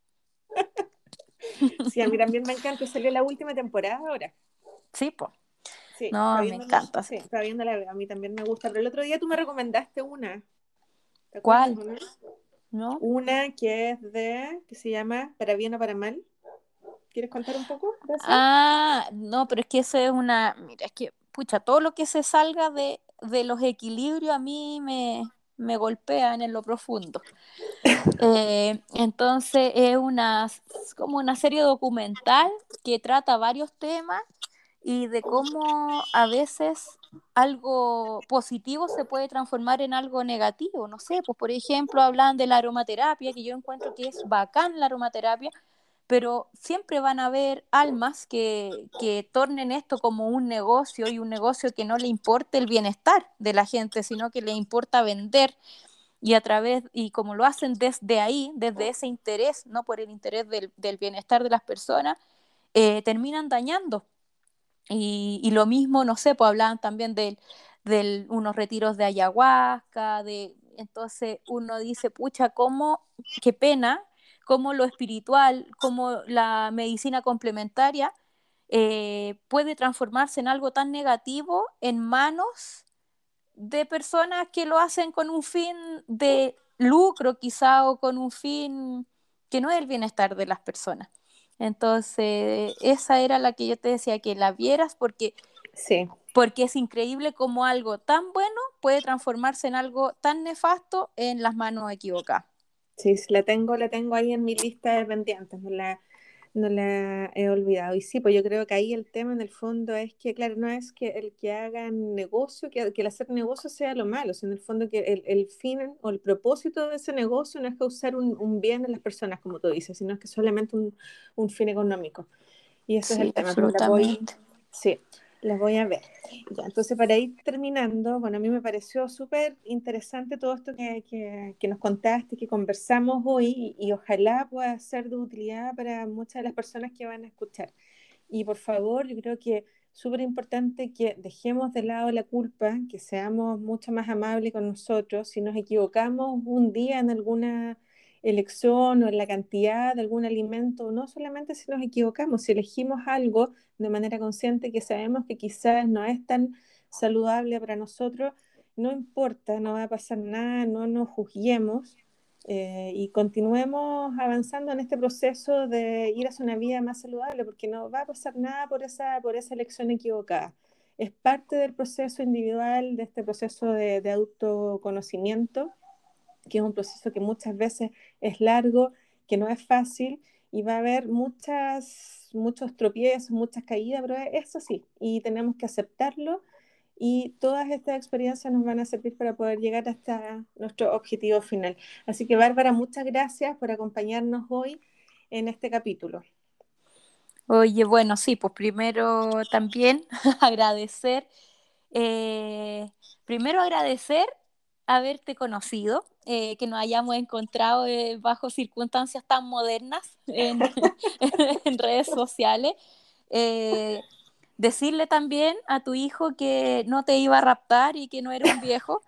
Sí, a mí también me encanta. Salió la última temporada ahora. Sí, pues. Sí, está No, me viendo, la- encanta. sí, está viendo la, a mí también me gusta. Pero el otro día tú me recomendaste una, ¿te acuerdas ¿Cuál? o no? ¿No? Una que es de, que se llama Para bien o para mal. ¿Quieres contar un poco de eso? Ah, no, pero es que eso es una, mira, es que, pucha, todo lo que se salga de, de los equilibrios a mí me, me golpea en lo profundo. Eh, entonces es una, es como una serie documental que trata varios temas y de cómo a veces algo positivo se puede transformar en algo negativo. No sé, pues por ejemplo hablan de la aromaterapia, que yo encuentro que es bacán la aromaterapia, pero siempre van a haber almas que, que tornen esto como un negocio y un negocio que no le importe el bienestar de la gente, sino que le importa vender y a través, y como lo hacen desde ahí, desde ese interés, no por el interés del, del bienestar de las personas, eh, terminan dañando. Y, y, lo mismo, no sé, pues hablaban también de del, unos retiros de ayahuasca, de, entonces uno dice, pucha, cómo, qué pena, cómo lo espiritual, cómo la medicina complementaria eh, puede transformarse en algo tan negativo en manos de personas que lo hacen con un fin de lucro quizá o con un fin que no es el bienestar de las personas. Entonces, esa era la que yo te decía, que la vieras porque, Sí. porque es increíble cómo algo tan bueno puede transformarse en algo tan nefasto en las manos equivocadas. Sí, sí, la tengo, la tengo ahí en mi lista de pendientes, no la, no la he olvidado. Y sí, pues yo creo que ahí el tema en el fondo es que, claro, no es que el que hagan negocio, que, que el hacer negocio sea lo malo, sino en el fondo que el, el fin o el propósito de ese negocio no es causar un, un bien en las personas, como tú dices, sino es que solamente un, un fin económico. Y ese es el Sí, tema, pero la voy, absolutamente. sí, la voy a ver. Ya, entonces, para ir terminando, bueno, a mí me pareció súper interesante todo esto que, que, que nos contaste, que conversamos hoy, y, y ojalá pueda ser de utilidad para muchas de las personas que van a escuchar. Y por favor, yo creo que súper importante que dejemos de lado la culpa, que seamos mucho más amables con nosotros. Si nos equivocamos un día en alguna elección o en la cantidad de algún alimento, no solamente si nos equivocamos, si elegimos algo de manera consciente que sabemos que quizás no es tan saludable para nosotros, no importa, no va a pasar nada, no nos juzguemos, eh, y continuemos avanzando en este proceso de ir hacia una vida más saludable, porque no va a pasar nada por esa, por esa elección equivocada. Es parte del proceso individual, de este proceso de, de autoconocimiento, que es un proceso que muchas veces es largo, que no es fácil, y va a haber muchas, muchos tropiezos, muchas caídas, pero eso sí, y tenemos que aceptarlo, y todas estas experiencias nos van a servir para poder llegar hasta nuestro objetivo final. Así que, Bárbara, muchas gracias por acompañarnos hoy en este capítulo. Oye, bueno, sí, pues primero también agradecer, eh, primero agradecer haberte conocido, eh, que nos hayamos encontrado eh, bajo circunstancias tan modernas en, en redes sociales. Eh, Decirle también a tu hijo que no te iba a raptar y que no era un viejo,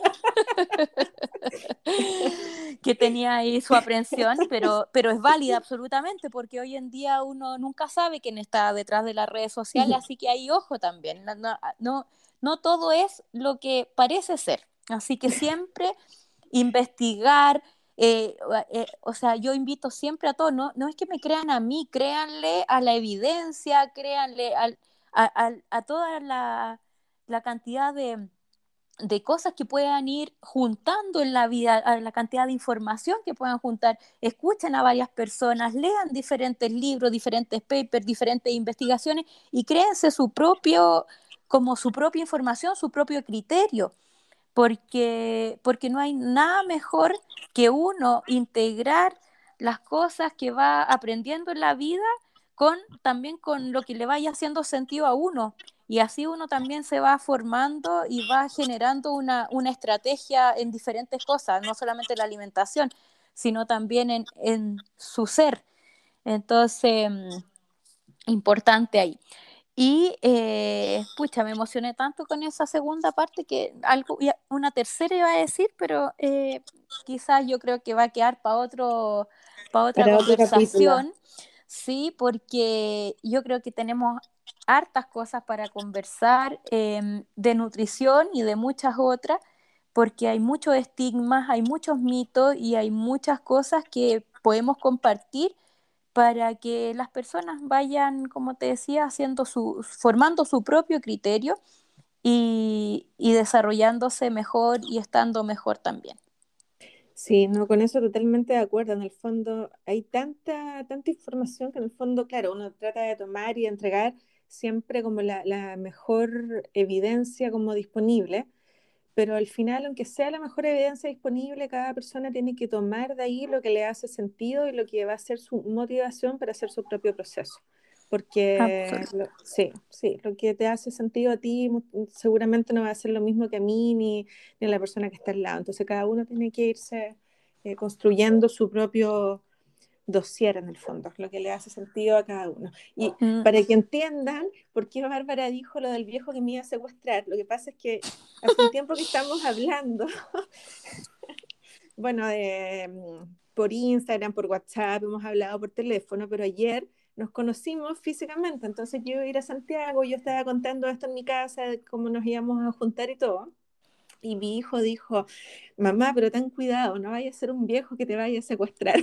que tenía ahí su aprensión, pero, pero es válida absolutamente, porque hoy en día uno nunca sabe quién está detrás de las redes sociales, así que hay ojo también. No, no, no, no todo es lo que parece ser, así que siempre investigar. Eh, eh, o sea, yo invito siempre a todos, no, no es que me crean a mí, créanle a la evidencia, créanle al, a, a, a toda la, la cantidad de, de cosas que puedan ir juntando en la vida, a la cantidad de información que puedan juntar, escuchen a varias personas, lean diferentes libros, diferentes papers, diferentes investigaciones y créense su propio, como su propia información, su propio criterio, porque, porque no hay nada mejor que uno integrar las cosas que va aprendiendo en la vida con también con lo que le vaya haciendo sentido a uno. Y así uno también se va formando y va generando una, una estrategia en diferentes cosas, no solamente en la alimentación, sino también en, en su ser. Entonces, mm, importante ahí. Y eh, pucha, me emocioné tanto con esa segunda parte que algo, una tercera iba a decir, pero eh, quizás yo creo que va a quedar para otro, para otra Para otro capítulo. conversación, sí, porque yo creo que tenemos hartas cosas para conversar eh, de nutrición y de muchas otras, porque hay muchos estigmas, hay muchos mitos y hay muchas cosas que podemos compartir para que las personas vayan, como te decía, haciendo su, formando su propio criterio y, y desarrollándose mejor y estando mejor también. Sí, no, con eso totalmente de acuerdo. En el fondo hay tanta, tanta información que en el fondo, claro, uno trata de tomar y entregar siempre como la, la mejor evidencia como disponible, pero al final, aunque sea la mejor evidencia disponible, cada persona tiene que tomar de ahí lo que le hace sentido y lo que va a ser su motivación para hacer su propio proceso. Porque Absolutamente. lo- sí, sí, lo que te hace sentido a ti mu- seguramente no va a ser lo mismo que a mí ni, ni a la persona que está al lado. Entonces cada uno tiene que irse eh, construyendo su propio dossier en el fondo, lo que le hace sentido a cada uno. Y para que entiendan por qué Bárbara dijo lo del viejo que me iba a secuestrar, lo que pasa es que hace un tiempo que estamos hablando, bueno, de, mm, por Instagram, por WhatsApp, hemos hablado por teléfono, pero ayer nos conocimos físicamente, entonces yo iba a ir a Santiago, yo estaba contando esto en mi casa, de cómo nos íbamos a juntar y todo. Y mi hijo dijo, mamá, pero ten cuidado, no vaya a ser un viejo que te vaya a secuestrar.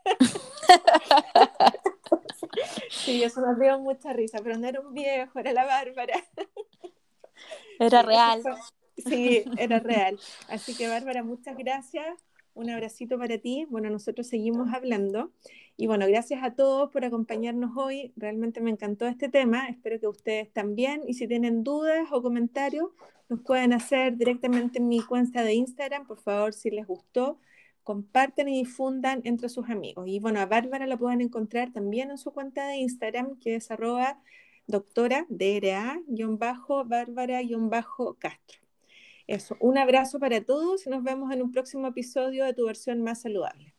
Sí, eso nos dio mucha risa, pero no era un viejo, era la Bárbara. Era Sí, eso real. fue, sí, era real. Así que Bárbara, muchas gracias. Un abracito para ti. Bueno, nosotros seguimos hablando. Y bueno, gracias a todos por acompañarnos hoy. Realmente me encantó este tema. Espero que ustedes también. Y si tienen dudas o comentarios, los pueden hacer directamente en mi cuenta de Instagram. Por favor, si les gustó, compartan y difundan entre sus amigos. Y bueno, a Bárbara la pueden encontrar también en su cuenta de Instagram, que es arroba doctora, D R A, guión bajo, Bárbara, guión bajo, Castro. Eso, un abrazo para todos y nos vemos en un próximo episodio de Tu Versión Más Saludable.